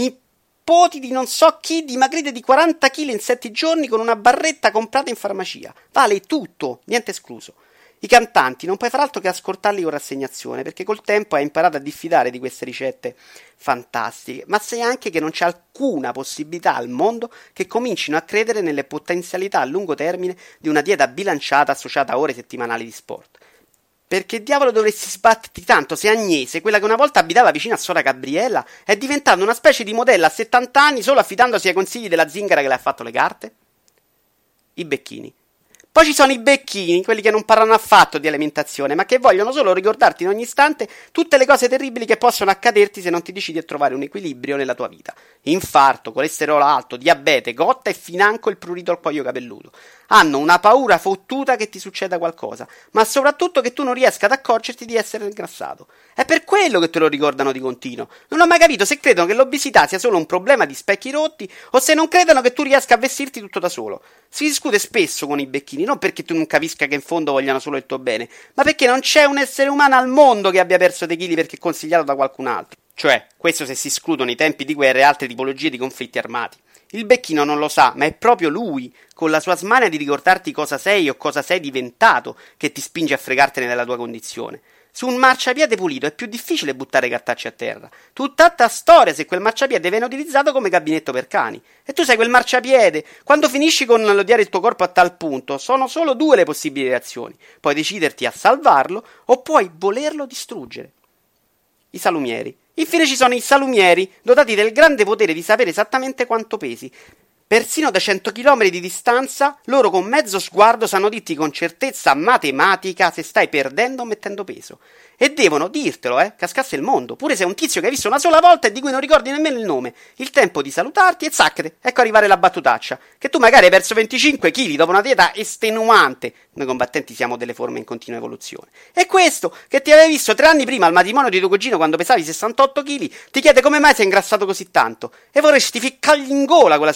S1: nipoti di non so chi dimagrite di quaranta chili in sette giorni con una barretta comprata in farmacia. Vale tutto, niente escluso. I cantanti non puoi far altro che ascoltarli con rassegnazione, perché col tempo hai imparato a diffidare di queste ricette fantastiche, ma sai anche che non c'è alcuna possibilità al mondo che comincino a credere nelle potenzialità a lungo termine di una dieta bilanciata associata a ore settimanali di sport. Perché diavolo dovresti sbatterti tanto se Agnese, quella che una volta abitava vicino a Sora Gabriella, è diventata una specie di modella a settanta anni solo affidandosi ai consigli della zingara che le ha fatto le carte? I becchini. Poi ci sono i becchini, quelli che non parlano affatto di alimentazione, ma che vogliono solo ricordarti in ogni istante tutte le cose terribili che possono accaderti se non ti decidi a trovare un equilibrio nella tua vita. Infarto, colesterolo alto, diabete, gotta e financo il prurito al cuoio capelluto. Hanno una paura fottuta che ti succeda qualcosa, ma soprattutto che tu non riesca ad accorgerti di essere ingrassato. È per quello che te lo ricordano di continuo. Non ho mai capito se credono che l'obesità sia solo un problema di specchi rotti o se non credono che tu riesca a vestirti tutto da solo. Si discute spesso con i becchini, non perché tu non capisca che in fondo vogliano solo il tuo bene, ma perché non c'è un essere umano al mondo che abbia perso dei chili perché consigliato da qualcun altro. Cioè, questo se si escludono i tempi di guerra e altre tipologie di conflitti armati. Il becchino non lo sa, ma è proprio lui, con la sua smania di ricordarti cosa sei o cosa sei diventato, che ti spinge a fregartene della tua condizione. Su un marciapiede pulito è più difficile buttare i cartacci a terra. Tutt'altra storia se quel marciapiede viene utilizzato come gabinetto per cani. E tu sei quel marciapiede. Quando finisci con l'odiare il tuo corpo a tal punto, sono solo due le possibili reazioni. Puoi deciderti a salvarlo o puoi volerlo distruggere. I salumieri. Infine ci sono i salumieri, dotati del grande potere di sapere esattamente quanto pesi. Persino da cento chilometri di distanza, loro con mezzo sguardo sanno dirti con certezza matematica se stai perdendo o mettendo peso. E devono dirtelo, eh, cascasse il mondo, pure se è un tizio che hai visto una sola volta e di cui non ricordi nemmeno il nome. Il tempo di salutarti e zacchete, ecco arrivare la battutaccia, che tu magari hai perso venticinque chili dopo una dieta estenuante. Noi combattenti siamo delle forme in continua evoluzione. E questo, che ti avevi visto tre anni prima al matrimonio di tuo cugino quando pesavi sessantotto chili, ti chiede come mai sei ingrassato così tanto. E vorresti ficcargli in gola quella sua naturale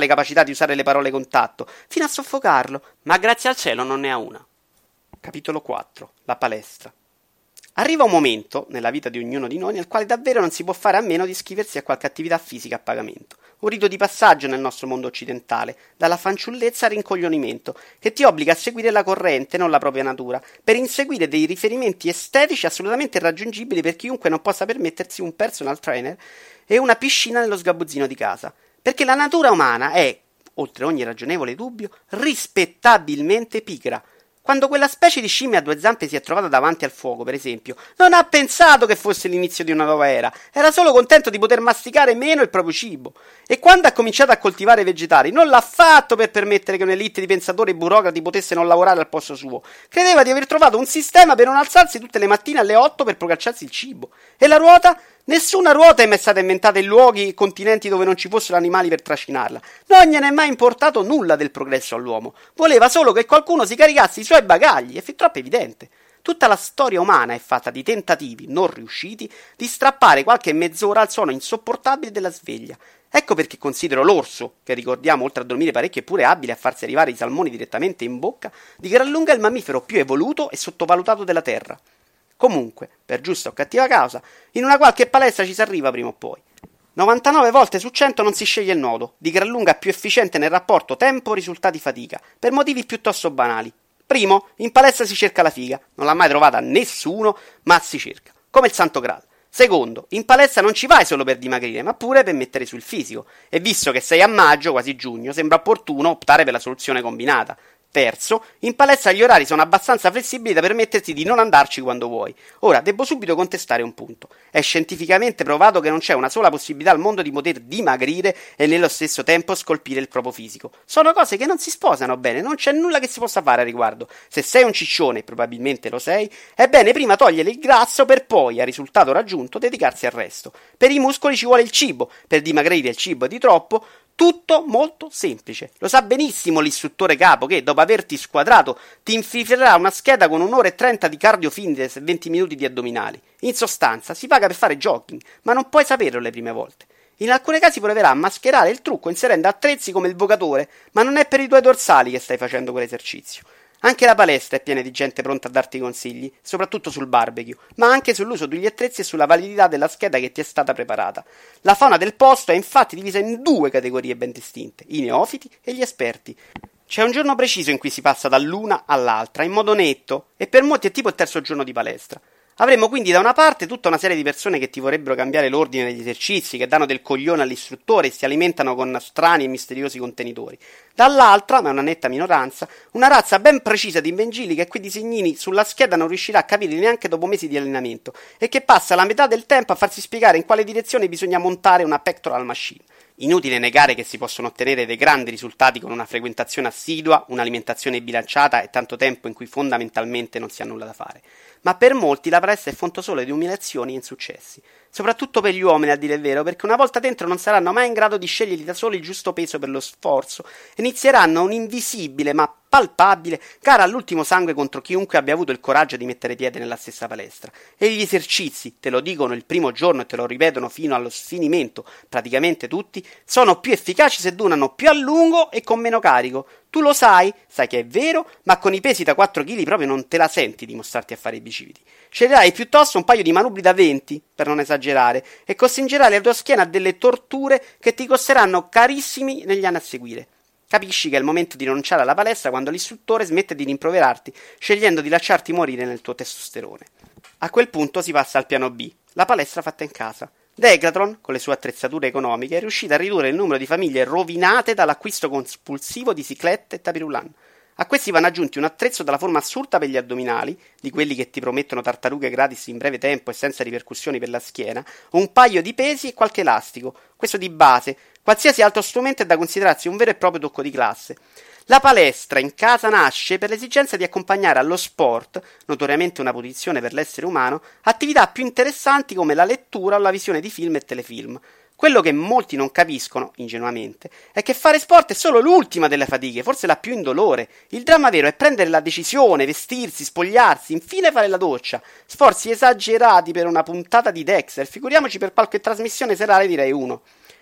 S1: totale capacità di usare le parole contatto, fino a soffocarlo, ma grazie al cielo non ne ha una. Capitolo quattro. La palestra. Arriva un momento, nella vita di ognuno di noi, nel quale davvero non si può fare a meno di iscriversi a qualche attività fisica a pagamento. Un rito di passaggio nel nostro mondo occidentale, dalla fanciullezza al rincoglionimento, che ti obbliga a seguire la corrente, non la propria natura, per inseguire dei riferimenti estetici assolutamente irraggiungibili per chiunque non possa permettersi un personal trainer e una piscina nello sgabuzzino di casa. Perché la natura umana è, oltre ogni ragionevole dubbio, rispettabilmente pigra. Quando quella specie di scimmia a due zampe si è trovata davanti al fuoco, per esempio, non ha pensato che fosse l'inizio di una nuova era, era solo contento di poter masticare meno il proprio cibo. E quando ha cominciato a coltivare vegetali, non l'ha fatto per permettere che un'elite di pensatori e burocrati potesse non lavorare al posto suo. Credeva di aver trovato un sistema per non alzarsi tutte le mattine alle otto per procacciarsi il cibo. E la ruota? Nessuna ruota è mai stata inventata in luoghi e continenti dove non ci fossero animali per trascinarla. Non gliene è mai importato nulla del progresso all'uomo. Voleva solo che qualcuno si caricasse i suoi bagagli. È fin troppo evidente. Tutta la storia umana è fatta di tentativi non riusciti di strappare qualche mezz'ora al suono insopportabile della sveglia. Ecco perché considero l'orso, che ricordiamo oltre a dormire parecchio è pure abile a farsi arrivare i salmoni direttamente in bocca, di gran lunga il mammifero più evoluto e sottovalutato della Terra. Comunque, per giusta o cattiva causa, in una qualche palestra ci si arriva prima o poi. novantanove volte su cento non si sceglie il nodo, di gran lunga più efficiente nel rapporto tempo-risultati-fatica, per motivi piuttosto banali. Primo, in palestra si cerca la figa, non l'ha mai trovata nessuno, ma si cerca, come il Santo Graal. Secondo, in palestra non ci vai solo per dimagrire, ma pure per mettere sul fisico, e visto che sei a maggio, quasi giugno, sembra opportuno optare per la soluzione combinata. Terzo, in palestra gli orari sono abbastanza flessibili da permetterti di non andarci quando vuoi. Ora, devo subito contestare un punto. È scientificamente provato che non c'è una sola possibilità al mondo di poter dimagrire e nello stesso tempo scolpire il proprio fisico. Sono cose che non si sposano bene, non c'è nulla che si possa fare a riguardo. Se sei un ciccione, probabilmente lo sei, è bene prima togliere il grasso per poi, a risultato raggiunto, dedicarsi al resto. Per i muscoli ci vuole il cibo, per dimagrire il cibo è di troppo. Tutto molto semplice. Lo sa benissimo l'istruttore capo che, dopo averti squadrato, ti infilerà una scheda con un'ora e trenta di cardio fitness e venti minuti di addominali. In sostanza, si paga per fare jogging, ma non puoi saperlo le prime volte. In alcuni casi proverà a mascherare il trucco inserendo attrezzi come il vocatore, ma non è per i tuoi dorsali che stai facendo quell'esercizio. Anche la palestra è piena di gente pronta a darti consigli, soprattutto sul barbecue, ma anche sull'uso degli attrezzi e sulla validità della scheda che ti è stata preparata. La fauna del posto è infatti divisa in due categorie ben distinte, i neofiti e gli esperti. C'è un giorno preciso in cui si passa dall'una all'altra, in modo netto, e per molti è tipo il terzo giorno di palestra. Avremo quindi da una parte tutta una serie di persone che ti vorrebbero cambiare l'ordine degli esercizi, che danno del coglione all'istruttore e si alimentano con strani e misteriosi contenitori. Dall'altra, ma è una netta minoranza, una razza ben precisa di invengili che quei disegnini sulla scheda non riuscirà a capire neanche dopo mesi di allenamento e che passa la metà del tempo a farsi spiegare in quale direzione bisogna montare una pectoral machine. Inutile negare che si possono ottenere dei grandi risultati con una frequentazione assidua, un'alimentazione bilanciata e tanto tempo in cui fondamentalmente non si ha nulla da fare. Ma per molti la palestra è fonte solo di umiliazioni e insuccessi. Soprattutto per gli uomini, a dire il vero, perché una volta dentro non saranno mai in grado di scegliergli da soli il giusto peso per lo sforzo e inizieranno un invisibile ma palpabile gara all'ultimo sangue contro chiunque abbia avuto il coraggio di mettere piede nella stessa palestra. E gli esercizi, te lo dicono il primo giorno e te lo ripetono fino allo sfinimento, praticamente tutti, sono più efficaci se durano più a lungo e con meno carico. Tu lo sai, sai che è vero, ma con i pesi da quattro chili proprio non te la senti di mostrarti a fare i bicipiti. Sceglierai piuttosto un paio di manubri da venti, per non esagerare, e costringerai la tua schiena a delle torture che ti costeranno carissimi negli anni a seguire. Capisci che è il momento di rinunciare alla palestra quando l'istruttore smette di rimproverarti, scegliendo di lasciarti morire nel tuo testosterone. A quel punto si passa al piano B, la palestra fatta in casa. Decathlon, con le sue attrezzature economiche, è riuscita a ridurre il numero di famiglie rovinate dall'acquisto compulsivo di ciclette e tapirulan. A questi vanno aggiunti un attrezzo dalla forma assurda per gli addominali, di quelli che ti promettono tartarughe gratis in breve tempo e senza ripercussioni per la schiena, un paio di pesi e qualche elastico, questo di base. Qualsiasi altro strumento è da considerarsi un vero e proprio tocco di classe. La palestra in casa nasce per l'esigenza di accompagnare allo sport, notoriamente una punizione per l'essere umano, attività più interessanti come la lettura o la visione di film e telefilm. Quello che molti non capiscono, ingenuamente, è che fare sport è solo l'ultima delle fatiche, forse la più indolore. Il dramma vero è prendere la decisione, vestirsi, spogliarsi, infine fare la doccia. Sforzi esagerati per una puntata di Dexter, figuriamoci per qualche trasmissione serale di Rai uno.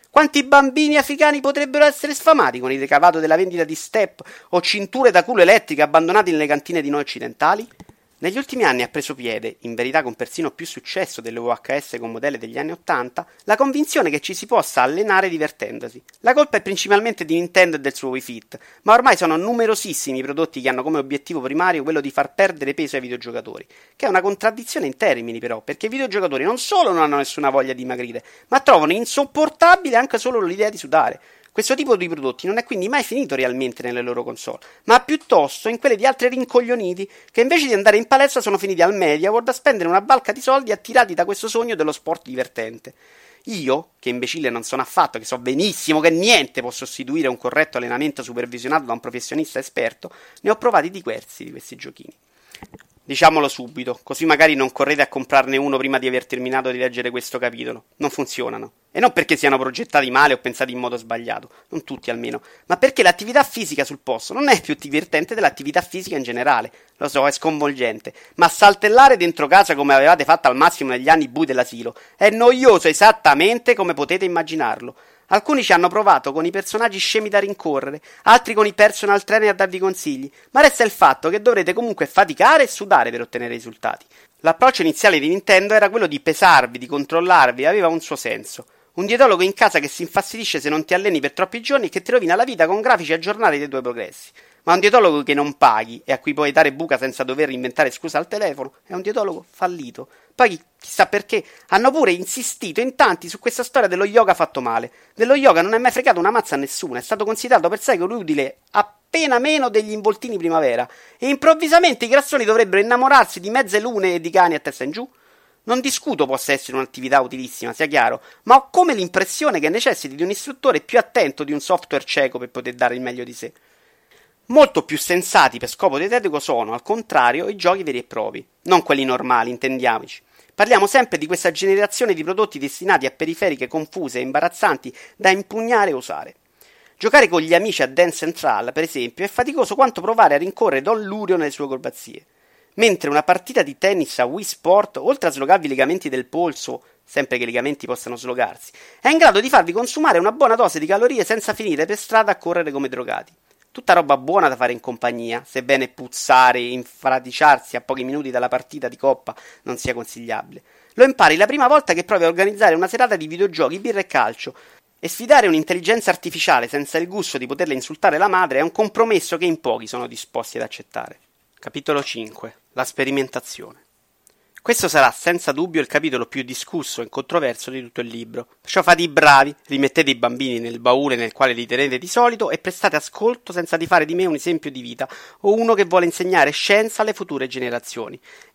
S1: Quanti bambini africani potrebbero essere sfamati con il ricavato della vendita di step o cinture da culo elettriche abbandonate nelle cantine di noi occidentali? Negli ultimi anni ha preso piede, in verità con persino più successo delle V H S con modelle degli anni ottanta, la convinzione che ci si possa allenare divertendosi. La colpa è principalmente di Nintendo e del suo Wii Fit, ma ormai sono numerosissimi i prodotti che hanno come obiettivo primario quello di far perdere peso ai videogiocatori, che è una contraddizione in termini però, perché i videogiocatori non solo non hanno nessuna voglia di dimagrire, ma trovano insopportabile anche solo l'idea di sudare. Questo tipo di prodotti non è quindi mai finito realmente nelle loro console, ma piuttosto in quelle di altri rincoglioniti che invece di andare in palestra sono finiti al MediaWorld a spendere una balca di soldi attirati da questo sogno dello sport divertente. Io, che imbecille non sono affatto, che so benissimo che niente può sostituire un corretto allenamento supervisionato da un professionista esperto, ne ho provati diversi di questi giochini. Diciamolo subito, così magari non correte a comprarne uno prima di aver terminato di leggere questo capitolo. Non funzionano. E non perché siano progettati male o pensati in modo sbagliato, non tutti almeno, ma perché l'attività fisica sul posto non è più divertente dell'attività fisica in generale. Lo so, è sconvolgente, ma saltellare dentro casa come avevate fatto al massimo negli anni bui dell'asilo è noioso esattamente come potete immaginarlo. Alcuni ci hanno provato con i personaggi scemi da rincorrere, altri con i personal trainer a darvi consigli, ma resta il fatto che dovrete comunque faticare e sudare per ottenere risultati. L'approccio iniziale di Nintendo era quello di pesarvi, di controllarvi, aveva un suo senso. Un dietologo in casa che si infastidisce se non ti alleni per troppi giorni e che ti rovina la vita con grafici aggiornati dei tuoi progressi. Ma un dietologo che non paghi e a cui puoi dare buca senza dover inventare scuse al telefono è un dietologo fallito. Poi, chissà perché, hanno pure insistito in tanti su questa storia dello yoga fatto male. Dello yoga non è mai fregato una mazza a nessuno, è stato considerato per secoli utile appena meno degli involtini primavera. E improvvisamente i grassoni dovrebbero innamorarsi di mezze lune e di cani a testa in giù? Non discuto possa essere un'attività utilissima, sia chiaro, ma ho come l'impressione che necessiti di un istruttore più attento di un software cieco per poter dare il meglio di sé. Molto più sensati per scopo dietetico sono, al contrario, i giochi veri e propri, non quelli normali, intendiamoci. Parliamo sempre di questa generazione di prodotti destinati a periferiche confuse e imbarazzanti da impugnare e usare. Giocare con gli amici a Dance Central, per esempio, è faticoso quanto provare a rincorrere Don Lurio nelle sue acrobazie. Mentre una partita di tennis a Wii Sport, oltre a slogarvi i legamenti del polso, sempre che i legamenti possano slogarsi, è in grado di farvi consumare una buona dose di calorie senza finire per strada a correre come drogati. Tutta roba buona da fare in compagnia, sebbene puzzare e infradiciarsi a pochi minuti dalla partita di coppa non sia consigliabile. Lo impari la prima volta che provi a organizzare una serata di videogiochi, birra e calcio, e sfidare un'intelligenza artificiale senza il gusto di poterle insultare la madre è un compromesso che in pochi sono disposti ad accettare. Capitolo cinque. La sperimentazione. Questo sarà senza dubbio il capitolo più discusso e controverso di tutto il libro. Perciò fate i bravi, rimettete i bambini nel baule nel quale li tenete di solito e prestate ascolto senza di fare di me un esempio di vita o uno che vuole insegnare scienza alle future generazioni.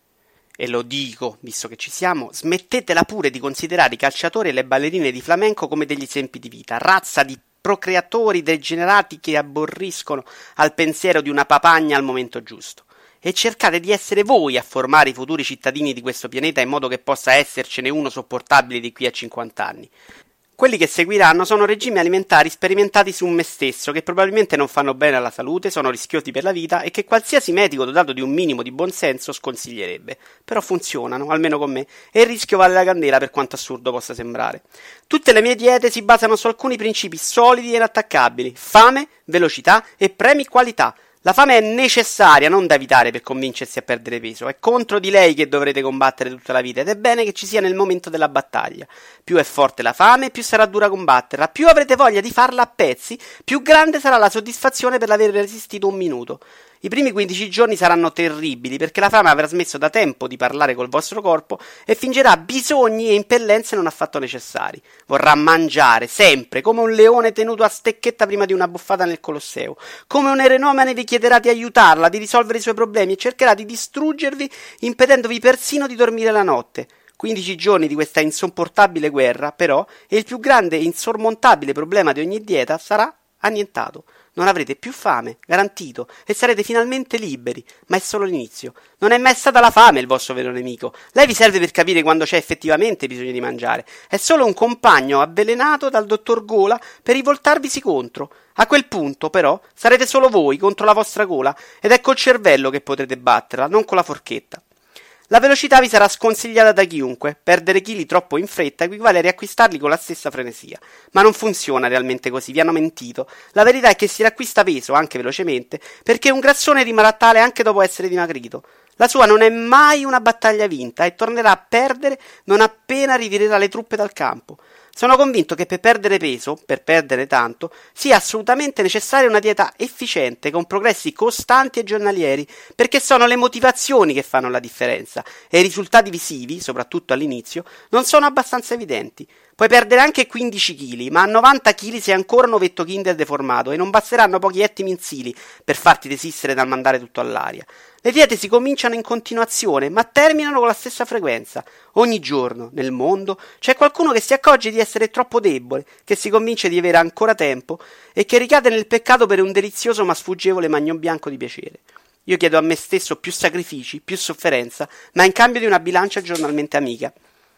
S1: E lo dico, visto che ci siamo, smettetela pure di considerare i calciatori e le ballerine di flamenco come degli esempi di vita, razza di procreatori degenerati che aborriscono al pensiero di una papagna al momento giusto. E cercate di essere voi a formare i futuri cittadini di questo pianeta in modo che possa essercene uno sopportabile di qui a cinquanta anni. Quelli che seguiranno sono regimi alimentari sperimentati su me stesso, che probabilmente non fanno bene alla salute, sono rischiosi per la vita e che qualsiasi medico dotato di un minimo di buonsenso sconsiglierebbe. Però funzionano, almeno con me, e il rischio vale la candela per quanto assurdo possa sembrare. Tutte le mie diete si basano su alcuni principi solidi e inattaccabili: fame, velocità e premi qualità. La fame è necessaria, non da evitare per convincersi a perdere peso. È contro di lei che dovrete combattere tutta la vita ed è bene che ci sia nel momento della battaglia. Più è forte la fame, più sarà dura combatterla. Più avrete voglia di farla a pezzi, più grande sarà la soddisfazione per aver resistito un minuto. I primi quindici giorni saranno terribili perché la fame avrà smesso da tempo di parlare col vostro corpo e fingerà bisogni e impellenze non affatto necessari. Vorrà mangiare sempre, come un leone tenuto a stecchetta prima di una buffata nel Colosseo. Come un erenomane vi chiederà di aiutarla, di risolvere i suoi problemi e cercherà di distruggervi impedendovi persino di dormire la notte. quindici giorni di questa insopportabile guerra, però, e il più grande e insormontabile problema di ogni dieta sarà annientato. Non avrete più fame, garantito, e sarete finalmente liberi, ma è solo l'inizio. Non è mai stata la fame il vostro vero nemico. Lei vi serve per capire quando c'è effettivamente bisogno di mangiare. È solo un compagno avvelenato dal dottor Gola per rivoltarvisi contro. A quel punto, però, sarete solo voi contro la vostra gola, ed è col cervello che potrete batterla, non con la forchetta. La velocità vi sarà sconsigliata da chiunque, perdere chili troppo in fretta equivale a riacquistarli con la stessa frenesia, ma non funziona realmente così, vi hanno mentito. La verità è che si riacquista peso, anche velocemente, perché un grassone rimarrà tale anche dopo essere dimagrito. La sua non è mai una battaglia vinta e tornerà a perdere non appena ritirerà le truppe dal campo. Sono convinto che per perdere peso, per perdere tanto, sia assolutamente necessaria una dieta efficiente, con progressi costanti e giornalieri, perché sono le motivazioni che fanno la differenza e i risultati visivi, soprattutto all'inizio, non sono abbastanza evidenti. Puoi perdere anche quindici chili, ma a novanta chili sei ancora un ovetto Kinder deformato e non basteranno pochi etti mensili per farti desistere dal mandare tutto all'aria. Le diete si cominciano in continuazione, ma terminano con la stessa frequenza. Ogni giorno, nel mondo, c'è qualcuno che si accorge di essere troppo debole, che si convince di avere ancora tempo e che ricade nel peccato per un delizioso ma sfuggevole magno bianco di piacere. Io chiedo a me stesso più sacrifici, più sofferenza, ma in cambio di una bilancia giornalmente amica.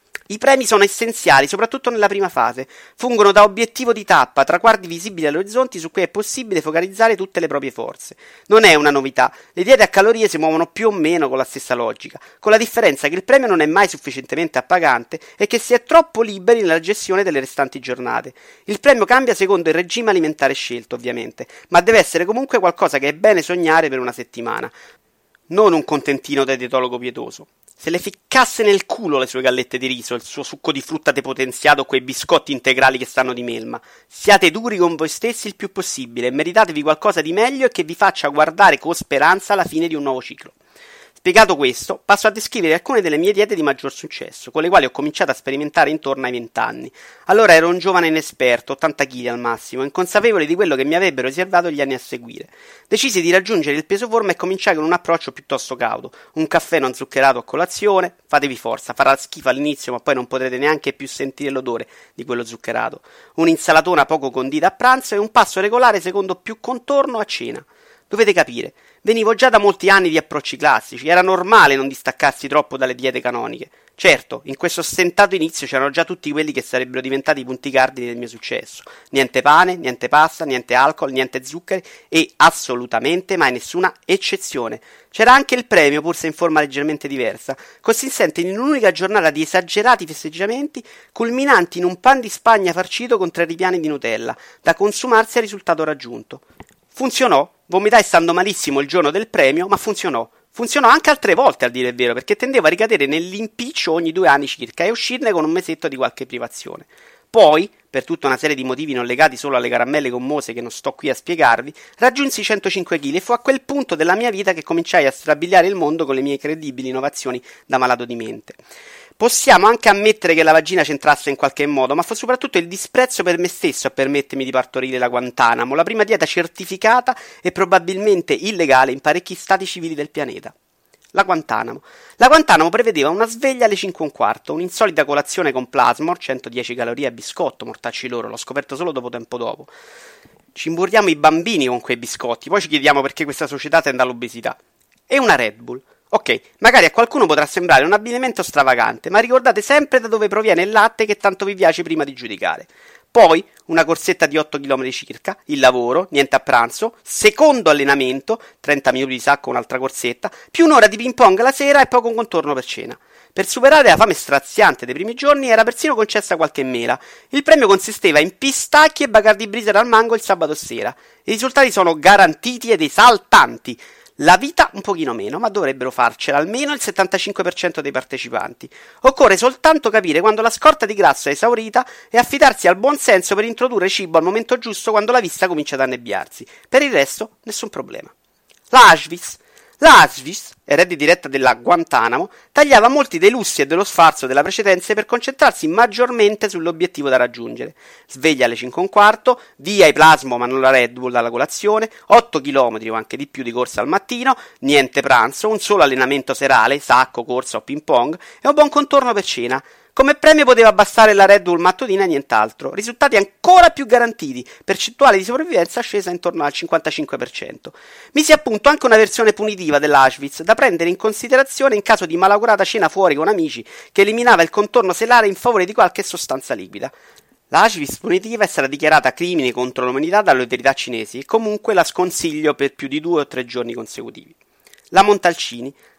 S1: I premi sono essenziali, soprattutto nella prima fase. Fungono da obiettivo di tappa, traguardi visibili all'orizzonte su cui è possibile focalizzare tutte le proprie forze. Non è una novità, le diete a calorie si muovono più o meno con la stessa logica, con la differenza che il premio non è mai sufficientemente appagante e che si è troppo liberi nella gestione delle restanti giornate. Il premio cambia secondo il regime alimentare scelto, ovviamente, ma deve essere comunque qualcosa che è bene sognare per una settimana, non un contentino da dietologo pietoso. Se le ficcasse nel culo le sue gallette di riso, il suo succo di frutta depotenziato o quei biscotti integrali che stanno di melma. Siate duri con voi stessi il più possibile e meritatevi qualcosa di meglio e che vi faccia guardare con speranza la fine di un nuovo ciclo. Spiegato questo, passo a descrivere alcune delle mie diete di maggior successo, con le quali ho cominciato a sperimentare intorno ai vent'anni. Allora ero un giovane inesperto, ottanta chili al massimo, inconsapevole di quello che mi avrebbero riservato gli anni a seguire. Decisi di raggiungere il peso forma e cominciai con un approccio piuttosto cauto. Un caffè non zuccherato a colazione, fatevi forza, farà schifo all'inizio ma poi non potrete neanche più sentire l'odore di quello zuccherato. Un'insalatona poco condita a pranzo e un passo regolare secondo più contorno a cena. Dovete capire, venivo già da molti anni di approcci classici, era normale non distaccarsi troppo dalle diete canoniche. Certo, in questo stentato inizio c'erano già tutti quelli che sarebbero diventati i punti cardini del mio successo. Niente pane, niente pasta, niente alcol, niente zuccheri e assolutamente mai nessuna eccezione. C'era anche il premio, pur se in forma leggermente diversa, consistente in un'unica giornata di esagerati festeggiamenti culminanti in un pan di Spagna farcito con tre ripiani di Nutella, da consumarsi al risultato raggiunto. Funzionò, vomitai stando malissimo il giorno del premio, ma funzionò. Funzionò anche altre volte, a dire il vero, perché tendevo a ricadere nell'impiccio ogni due anni circa e uscirne con un mesetto di qualche privazione. Poi, per tutta una serie di motivi non legati solo alle caramelle gommose che non sto qui a spiegarvi, raggiunsi i centocinque chili e fu a quel punto della mia vita che cominciai a strabiliare il mondo con le mie credibili innovazioni da malato di mente. Possiamo anche ammettere che la vagina c'entrasse in qualche modo, ma fu soprattutto il disprezzo per me stesso a permettermi di partorire la Guantanamo, la prima dieta certificata e probabilmente illegale in parecchi stati civili del pianeta. La Guantanamo. La Guantanamo prevedeva una sveglia alle cinque e un quarto, un'insolita colazione con plasmor, centodieci calorie a biscotto, mortacci loro, l'ho scoperto solo dopo tempo dopo. Ci imburriamo i bambini con quei biscotti, poi ci chiediamo perché questa società tende all'obesità. E una Red Bull. Ok, magari a qualcuno potrà sembrare un abbinamento stravagante, ma ricordate sempre da dove proviene il latte che tanto vi piace prima di giudicare. Poi una corsetta di otto chilometri circa, il lavoro, niente a pranzo, secondo allenamento, trenta minuti di sacco, un'altra corsetta, più un'ora di ping pong la sera e poco un contorno per cena. Per superare la fame straziante dei primi giorni era persino concessa qualche mela. Il premio consisteva in pistacchi e Bacardi Breezer al mango il sabato sera. I risultati sono garantiti ed esaltanti. La vita un pochino meno, ma dovrebbero farcela almeno il settantacinque per cento dei partecipanti. Occorre soltanto capire quando la scorta di grasso è esaurita e affidarsi al buon senso per introdurre cibo al momento giusto quando la vista comincia ad annebbiarsi. Per il resto, nessun problema. La Auschwitz. La Auschwitz, erede diretta della Guantanamo, tagliava molti dei lussi e dello sfarzo della precedenza per concentrarsi maggiormente sull'obiettivo da raggiungere. Sveglia alle cinque e un quarto, via i plasmo ma non la Red Bull dalla colazione, otto chilometri o anche di più di corsa al mattino, niente pranzo, un solo allenamento serale, sacco, corsa o ping pong e un buon contorno per cena. Come premio poteva bastare la Red Bull mattutina e nient'altro, risultati ancora più garantiti, percentuale di sopravvivenza scesa intorno al cinquantacinque per cento. Misi appunto anche una versione punitiva dell'Auschwitz da prendere in considerazione in caso di malaugurata cena fuori con amici che eliminava il contorno selare in favore di qualche sostanza liquida. La Auschwitz punitiva è stata dichiarata crimine contro l'umanità dalle autorità cinesi e comunque la sconsiglio per più di due o tre giorni consecutivi. La Montalcini.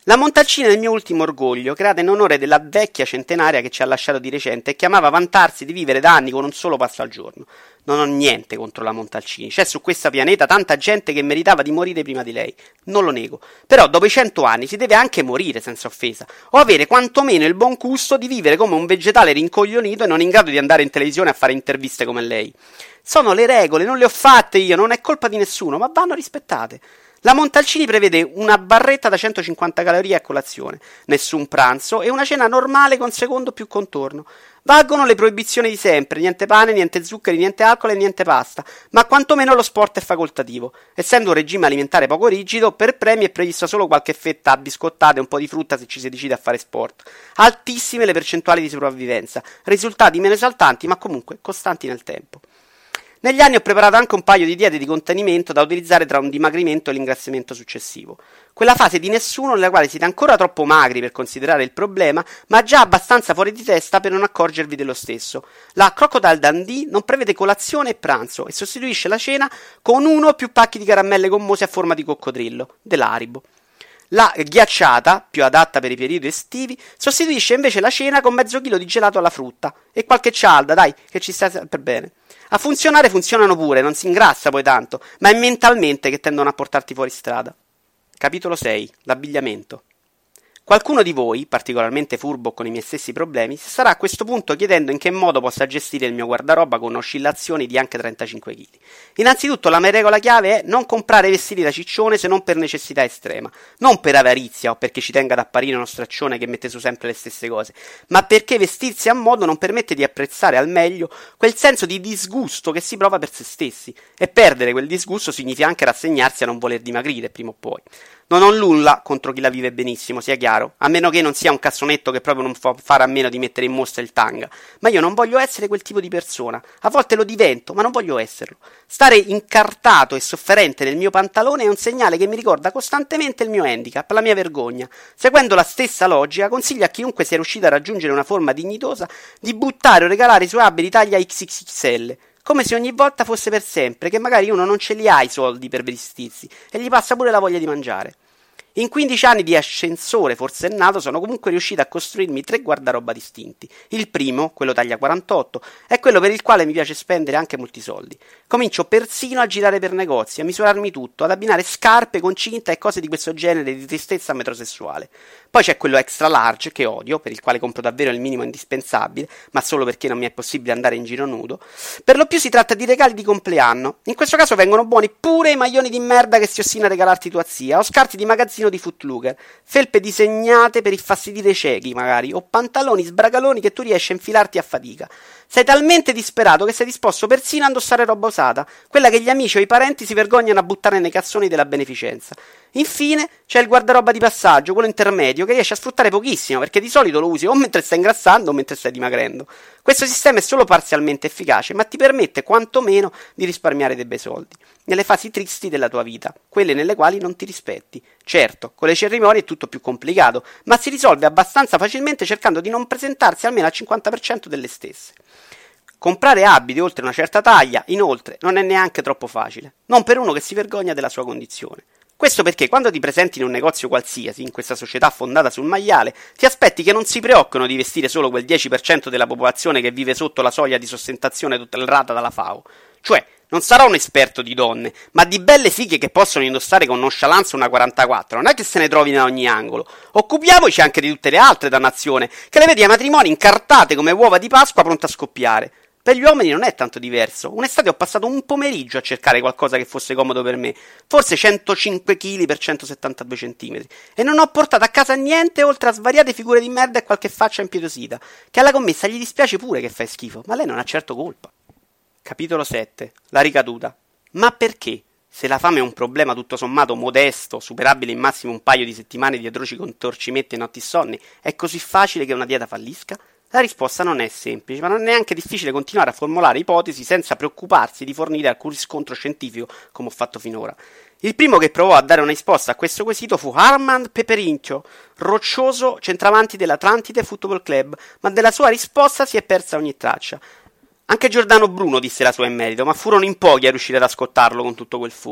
S1: La Montalcini è il mio ultimo orgoglio, creata in onore della vecchia centenaria che ci ha lasciato di recente e che amava vantarsi di vivere da anni con un solo pasto al giorno. Non ho niente contro la Montalcini, c'è su questo pianeta tanta gente che meritava di morire prima di lei, non lo nego, però dopo i cento anni si deve anche morire senza offesa, o avere quantomeno il buon gusto di vivere come un vegetale rincoglionito e non in grado di andare in televisione a fare interviste come lei. Sono le regole, non le ho fatte io, non è colpa di nessuno, ma vanno rispettate. La Montalcini prevede una barretta da centocinquanta calorie a colazione, nessun pranzo e una cena normale con secondo più contorno. Valgono le proibizioni di sempre, niente pane, niente zuccheri, niente alcol e niente pasta, ma quantomeno lo sport è facoltativo. Essendo un regime alimentare poco rigido, per premi è prevista solo qualche fetta a biscottate e un po' di frutta se ci si decide a fare sport. Altissime le percentuali di sopravvivenza, risultati meno esaltanti ma comunque costanti nel tempo. Negli anni ho preparato anche un paio di diete di contenimento da utilizzare tra un dimagrimento e l'ingrassimento successivo. Quella fase di nessuno nella quale siete ancora troppo magri per considerare il problema, ma già abbastanza fuori di testa per non accorgervi dello stesso. La Crocodile Dundee non prevede colazione e pranzo e sostituisce la cena con uno o più pacchi di caramelle gommose a forma di coccodrillo, dell'Haribo. La ghiacciata, più adatta per i periodi estivi, sostituisce invece la cena con mezzo chilo di gelato alla frutta e qualche cialda, dai, che ci sta per bene. A funzionare funzionano pure, non si ingrassa poi tanto, ma è mentalmente che tendono a portarti fuori strada. Capitolo sei. L'abbigliamento. Qualcuno di voi, particolarmente furbo con i miei stessi problemi, si starà a questo punto chiedendo in che modo possa gestire il mio guardaroba con oscillazioni di anche trentacinque chili. Innanzitutto la mia regola chiave è non comprare vestiti da ciccione se non per necessità estrema, non per avarizia o perché ci tenga ad apparire uno straccione che mette su sempre le stesse cose, ma perché vestirsi a modo non permette di apprezzare al meglio quel senso di disgusto che si prova per se stessi, e perdere quel disgusto significa anche rassegnarsi a non voler dimagrire prima o poi. Non ho nulla contro chi la vive benissimo, sia chiaro, a meno che non sia un cassonetto che proprio non può fare a meno di mettere in mostra il tanga, ma io non voglio essere quel tipo di persona, a volte lo divento, ma non voglio esserlo. Stare incartato e sofferente nel mio pantalone è un segnale che mi ricorda costantemente il mio handicap, la mia vergogna. Seguendo la stessa logica, consiglio a chiunque sia riuscito a raggiungere una forma dignitosa di buttare o regalare i suoi abiti taglia X X X L, come se ogni volta fosse per sempre, che magari uno non ce li ha i soldi per vestirsi e gli passa pure la voglia di mangiare. In quindici anni di ascensore forsennato sono comunque riuscito a costruirmi tre guardaroba distinti. Il primo, quello taglia quarantotto, è quello per il quale mi piace spendere anche molti soldi. Comincio persino a girare per negozi, a misurarmi tutto, ad abbinare scarpe con cinta e cose di questo genere di tristezza metrosessuale. Poi c'è quello extra large, che odio, per il quale compro davvero il minimo indispensabile, ma solo perché non mi è possibile andare in giro nudo. Per lo più si tratta di regali di compleanno. In questo caso vengono buoni pure i maglioni di merda che si ostina a regalarti tua zia, o scarti di magazzino di Footlooker, felpe disegnate per infastidire i ciechi magari, o pantaloni sbragaloni che tu riesci a infilarti a fatica. Sei talmente disperato che sei disposto persino a indossare roba usata, quella che gli amici o i parenti si vergognano a buttare nei cassoni della beneficenza. Infine c'è il guardaroba di passaggio, quello intermedio, che riesci a sfruttare pochissimo, perché di solito lo usi o mentre stai ingrassando o mentre stai dimagrendo. Questo sistema è solo parzialmente efficace, ma ti permette quantomeno di risparmiare dei bei soldi, nelle fasi tristi della tua vita, quelle nelle quali non ti rispetti. Certo, con le cerimonie è tutto più complicato, ma si risolve abbastanza facilmente cercando di non presentarsi almeno al cinquanta per cento delle stesse. Comprare abiti oltre una certa taglia, inoltre, non è neanche troppo facile, non per uno che si vergogna della sua condizione. Questo perché quando ti presenti in un negozio qualsiasi, in questa società fondata sul maiale, ti aspetti che non si preoccupino di vestire solo quel dieci per cento della popolazione che vive sotto la soglia di sostentazione tollerata dalla FAO. Cioè, non sarò un esperto di donne, ma di belle fighe che possono indossare con nonchalance una quarantaquattro, non è che se ne trovino a ogni angolo. Occupiamoci anche di tutte le altre, dannazione, che le vedi ai matrimoni incartate come uova di Pasqua pronte a scoppiare. Per gli uomini non è tanto diverso. Un'estate ho passato un pomeriggio a cercare qualcosa che fosse comodo per me, forse centocinque chili per centosettantadue centimetri, e non ho portato a casa niente oltre a svariate figure di merda e qualche faccia impietosita, che alla commessa gli dispiace pure che fai schifo, ma lei non ha certo colpa. Capitolo sette. La ricaduta. Ma perché? Se la fame è un problema tutto sommato modesto, superabile in massimo un paio di settimane di atroci contorcimenti e notti insonni, è così facile che una dieta fallisca? La risposta non è semplice, ma non è neanche difficile continuare a formulare ipotesi senza preoccuparsi di fornire alcun riscontro scientifico, come ho fatto finora. Il primo che provò a dare una risposta a questo quesito fu Armand Peperinchio, roccioso centravanti dell'Atlantide Football Club, ma della sua risposta si è persa ogni traccia. Anche Giordano Bruno disse la sua in merito, ma furono in pochi a riuscire ad ascoltarlo con tutto quel fumo.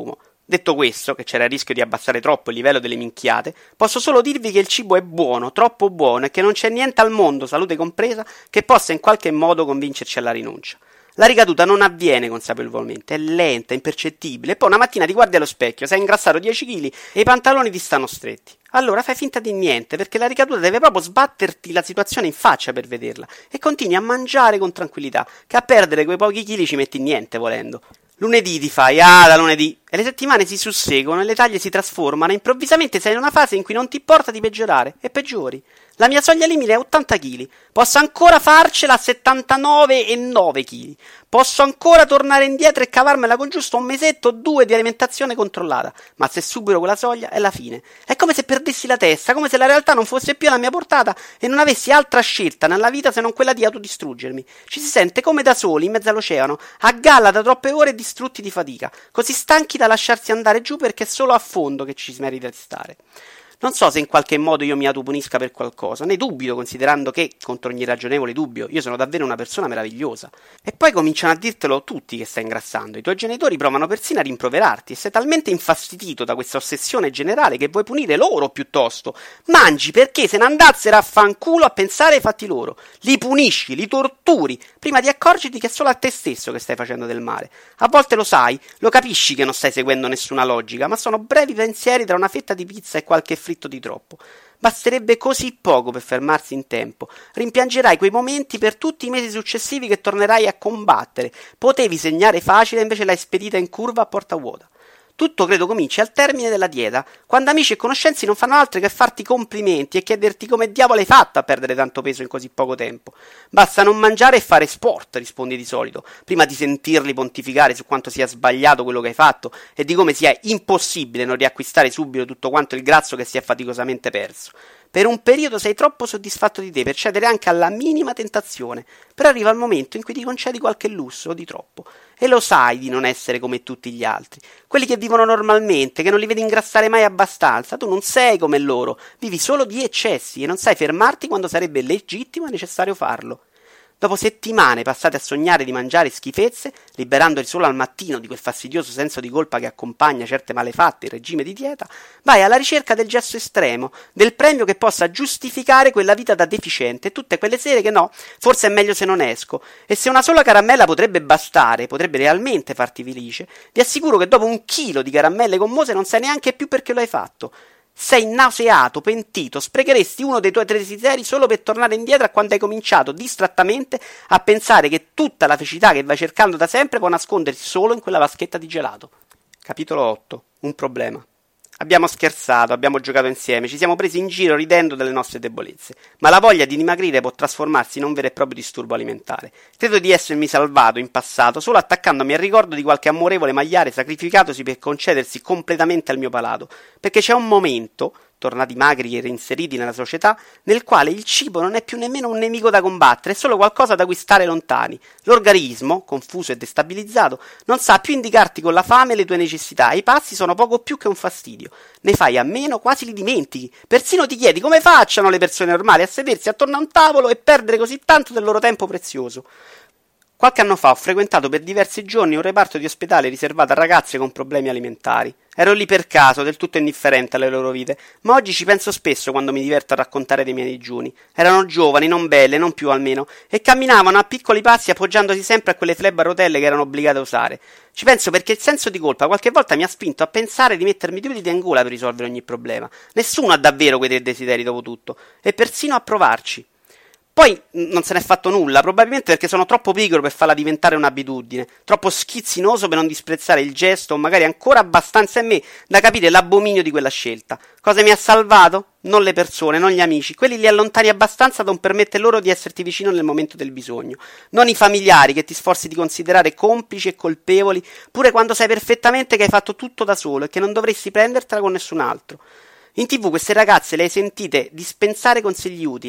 S1: Detto questo, che c'era il rischio di abbassare troppo il livello delle minchiate, posso solo dirvi che il cibo è buono, troppo buono, e che non c'è niente al mondo, salute compresa, che possa in qualche modo convincerci alla rinuncia. La ricaduta non avviene consapevolmente, è lenta, impercettibile, e poi una mattina ti guardi allo specchio, sei ingrassato dieci chili e i pantaloni ti stanno stretti. Allora fai finta di niente, perché la ricaduta deve proprio sbatterti la situazione in faccia per vederla, e continui a mangiare con tranquillità, che a perdere quei pochi chili ci metti niente volendo. Lunedì ti fai, ah, da lunedì, e le settimane si susseguono e le taglie si trasformano, e improvvisamente sei in una fase in cui non ti importa di peggiorare, e peggiori. La mia soglia limite è ottanta chili, posso ancora farcela a settantanove e nove chili, posso ancora tornare indietro e cavarmela con giusto un mesetto o due di alimentazione controllata, ma se supero quella soglia è la fine. È come se perdessi la testa, come se la realtà non fosse più alla mia portata e non avessi altra scelta nella vita se non quella di autodistruggermi. Ci si sente come da soli in mezzo all'oceano, a galla da troppe ore distrutti di fatica, così stanchi da lasciarsi andare giù perché è solo a fondo che ci si merita di stare. Non so se in qualche modo io mi autopunisca per qualcosa, ne dubito, considerando che, contro ogni ragionevole dubbio, io sono davvero una persona meravigliosa. E poi cominciano a dirtelo tutti che stai ingrassando, i tuoi genitori provano persino a rimproverarti, e sei talmente infastidito da questa ossessione generale che vuoi punire loro piuttosto. Mangi perché se ne andassero a fanculo a pensare ai fatti loro, li punisci, li torturi, prima di accorgerti che è solo a te stesso che stai facendo del male. A volte lo sai, lo capisci che non stai seguendo nessuna logica, ma sono brevi pensieri tra una fetta di pizza e qualche fritto di troppo. Basterebbe così poco per fermarsi in tempo. Rimpiangerai quei momenti per tutti i mesi successivi che tornerai a combattere. Potevi segnare facile, invece l'hai spedita in curva a porta vuota. Tutto credo cominci al termine della dieta, quando amici e conoscenze non fanno altro che farti complimenti e chiederti come diavolo hai fatto a perdere tanto peso in così poco tempo. Basta non mangiare e fare sport, rispondi di solito, prima di sentirli pontificare su quanto sia sbagliato quello che hai fatto e di come sia impossibile non riacquistare subito tutto quanto il grasso che si è faticosamente perso. Per un periodo sei troppo soddisfatto di te per cedere anche alla minima tentazione, però arriva il momento in cui ti concedi qualche lusso o di troppo, e lo sai di non essere come tutti gli altri, quelli che vivono normalmente, che non li vedi ingrassare mai abbastanza. Tu non sei come loro, vivi solo di eccessi e non sai fermarti quando sarebbe legittimo e necessario farlo. Dopo settimane passate a sognare di mangiare schifezze, liberandoti solo al mattino di quel fastidioso senso di colpa che accompagna certe malefatte in regime di dieta, vai alla ricerca del gesto estremo, del premio che possa giustificare quella vita da deficiente e tutte quelle sere che no, forse è meglio se non esco, e se una sola caramella potrebbe bastare, potrebbe realmente farti felice, vi assicuro che dopo un chilo di caramelle gommose non sai neanche più perché lo hai fatto. Sei nauseato, pentito, sprecheresti uno dei tuoi tre desideri solo per tornare indietro a quando hai cominciato distrattamente a pensare che tutta la felicità che vai cercando da sempre può nascondersi solo in quella vaschetta di gelato. Capitolo otto. Un problema. Abbiamo scherzato, abbiamo giocato insieme, ci siamo presi in giro ridendo delle nostre debolezze, ma la voglia di dimagrire può trasformarsi in un vero e proprio disturbo alimentare. Credo di essermi salvato in passato solo attaccandomi al ricordo di qualche amorevole magliare sacrificatosi per concedersi completamente al mio palato, perché c'è un momento, tornati magri e reinseriti nella società, nel quale il cibo non è più nemmeno un nemico da combattere, è solo qualcosa da cui stare lontani. L'organismo, confuso e destabilizzato, non sa più indicarti con la fame le tue necessità, e i pasti sono poco più che un fastidio. Ne fai a meno, quasi li dimentichi. Persino ti chiedi come facciano le persone normali a sedersi attorno a un tavolo e perdere così tanto del loro tempo prezioso. Qualche anno fa ho frequentato per diversi giorni un reparto di ospedale riservato a ragazze con problemi alimentari. Ero lì per caso, del tutto indifferente alle loro vite, ma oggi ci penso spesso quando mi diverto a raccontare dei miei digiuni. Erano giovani, non belle, non più almeno, e camminavano a piccoli passi appoggiandosi sempre a quelle flebbe a rotelle che erano obbligate a usare. Ci penso perché il senso di colpa qualche volta mi ha spinto a pensare di mettermi due dita in gola per risolvere ogni problema. Nessuno ha davvero quei tre desideri dopo tutto, e persino a provarci. Poi non se n'è fatto nulla, probabilmente perché sono troppo pigro per farla diventare un'abitudine, troppo schizzinoso per non disprezzare il gesto, o magari ancora abbastanza in me da capire l'abominio di quella scelta. Cosa mi ha salvato? Non le persone, non gli amici, quelli li allontani abbastanza da non permettere loro di esserti vicino nel momento del bisogno, non i familiari che ti sforzi di considerare complici e colpevoli, pure quando sai perfettamente che hai fatto tutto da solo e che non dovresti prendertela con nessun altro. In tv queste ragazze le hai sentite dispensare consigli utili,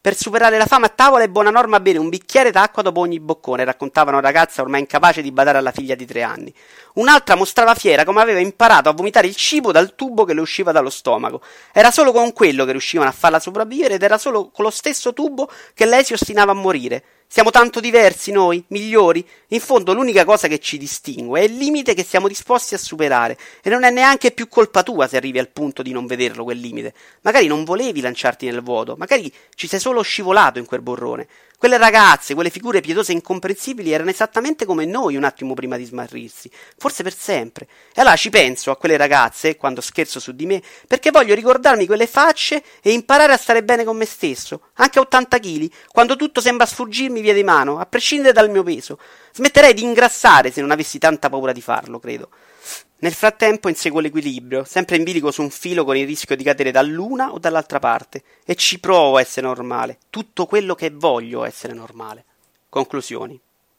S1: Per superare la fame a tavola è buona norma bere un bicchiere d'acqua dopo ogni boccone, raccontava una ragazza ormai incapace di badare alla figlia di tre anni. Un'altra mostrava fiera come aveva imparato a vomitare il cibo dal tubo che le usciva dallo stomaco. Era solo con quello che riuscivano a farla sopravvivere ed era solo con lo stesso tubo che lei si ostinava a morire. Siamo tanto diversi noi, migliori. In fondo l'unica cosa che ci distingue è il limite che siamo disposti a superare e non è neanche più colpa tua se arrivi al punto di non vederlo quel limite. Magari non volevi lanciarti nel vuoto, magari ci sei solo scivolato in quel burrone. Quelle ragazze, quelle figure pietose e incomprensibili erano esattamente come noi un attimo prima di smarrirsi, forse per sempre. E allora ci penso a quelle ragazze, quando scherzo su di me, perché voglio ricordarmi quelle facce e imparare a stare bene con me stesso, anche a ottanta chili, quando tutto sembra sfuggirmi via di mano, a prescindere dal mio peso. Smetterei di ingrassare se non avessi tanta paura di farlo, credo. Nel frattempo inseguo l'equilibrio, sempre in bilico su un filo con il rischio di cadere dall'una o dall'altra parte, e ci provo a essere normale, tutto quello che voglio essere normale. Conclusioni.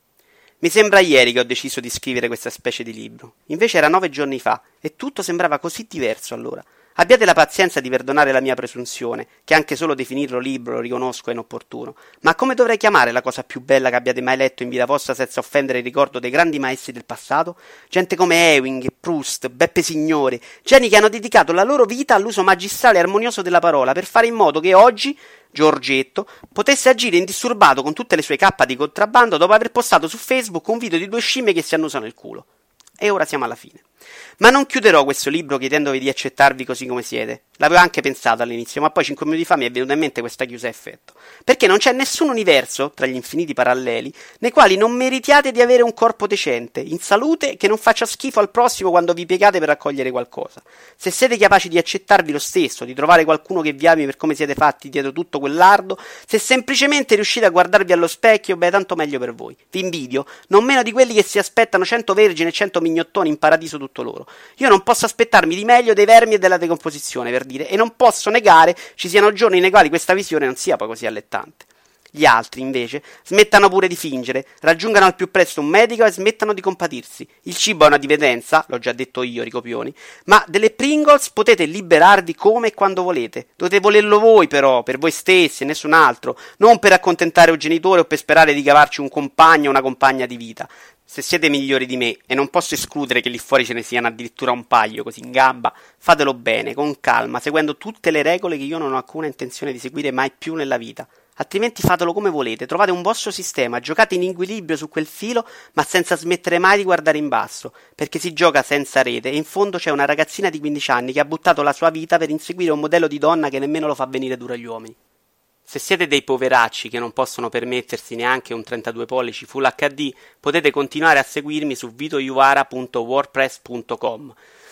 S1: Mi sembra ieri che ho deciso di scrivere questa specie di libro, invece era nove giorni fa, e tutto sembrava così diverso allora. Abbiate la pazienza di perdonare la mia presunzione, che anche solo definirlo libro lo riconosco è inopportuno. Ma come dovrei chiamare la cosa più bella che abbiate mai letto in vita vostra senza offendere il ricordo dei grandi maestri del passato? Gente come Ewing, Proust, Beppe Signore, geni che hanno dedicato la loro vita all'uso magistrale e armonioso della parola per fare in modo che oggi Giorgetto potesse agire indisturbato con tutte le sue cappe di contrabbando dopo aver postato su Facebook un video di due scimmie che si annusano il culo. E ora siamo alla fine. Ma non chiuderò questo libro chiedendovi di accettarvi così come siete. L'avevo anche pensato all'inizio, ma poi cinque minuti fa mi è venuta in mente questa chiusa a effetto. Perché non c'è nessun universo, tra gli infiniti paralleli, nei quali non meritiate di avere un corpo decente, in salute, che non faccia schifo al prossimo quando vi piegate per raccogliere qualcosa. Se siete capaci di accettarvi lo stesso, di trovare qualcuno che vi ami per come siete fatti dietro tutto quell'ardo, se semplicemente riuscite a guardarvi allo specchio, beh, tanto meglio per voi. Vi invidio, non meno di quelli che si aspettano cento vergini e cento mignottoni in paradiso tutto loro. Io non posso aspettarmi di meglio dei vermi e della decomposizione, per dire, e non posso negare ci siano giorni nei quali questa visione non sia poi così allettante. Gli altri, invece, smettano pure di fingere, raggiungano al più presto un medico e smettano di compatirsi. Il cibo è una dipendenza, l'ho già detto io, ricopioni, ma delle Pringles potete liberarvi come e quando volete. Dovete volerlo voi, però, per voi stessi e nessun altro, non per accontentare un genitore o per sperare di cavarci un compagno o una compagna di vita. Se siete migliori di me, e non posso escludere che lì fuori ce ne siano addirittura un paio così in gamba, fatelo bene, con calma, seguendo tutte le regole che io non ho alcuna intenzione di seguire mai più nella vita. Altrimenti fatelo come volete, trovate un vostro sistema, giocate in equilibrio su quel filo, ma senza smettere mai di guardare in basso, perché si gioca senza rete e in fondo c'è una ragazzina di quindici anni che ha buttato la sua vita per inseguire un modello di donna che nemmeno lo fa venire duro agli uomini. Se siete dei poveracci che non possono permettersi neanche un trentadue pollici Full acca di, potete continuare a seguirmi su vitoiuvara punto wordpress punto com.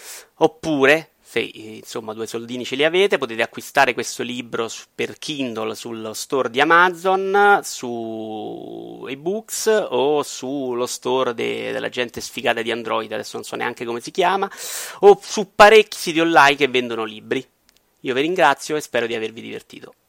S1: Oppure, se insomma due soldini ce li avete, potete acquistare questo libro per Kindle sullo store di Amazon, su eBooks o sullo store de- della gente sfigata di Android, adesso non so neanche come si chiama, o su parecchi siti online che vendono libri. Io vi ringrazio e spero di avervi divertito.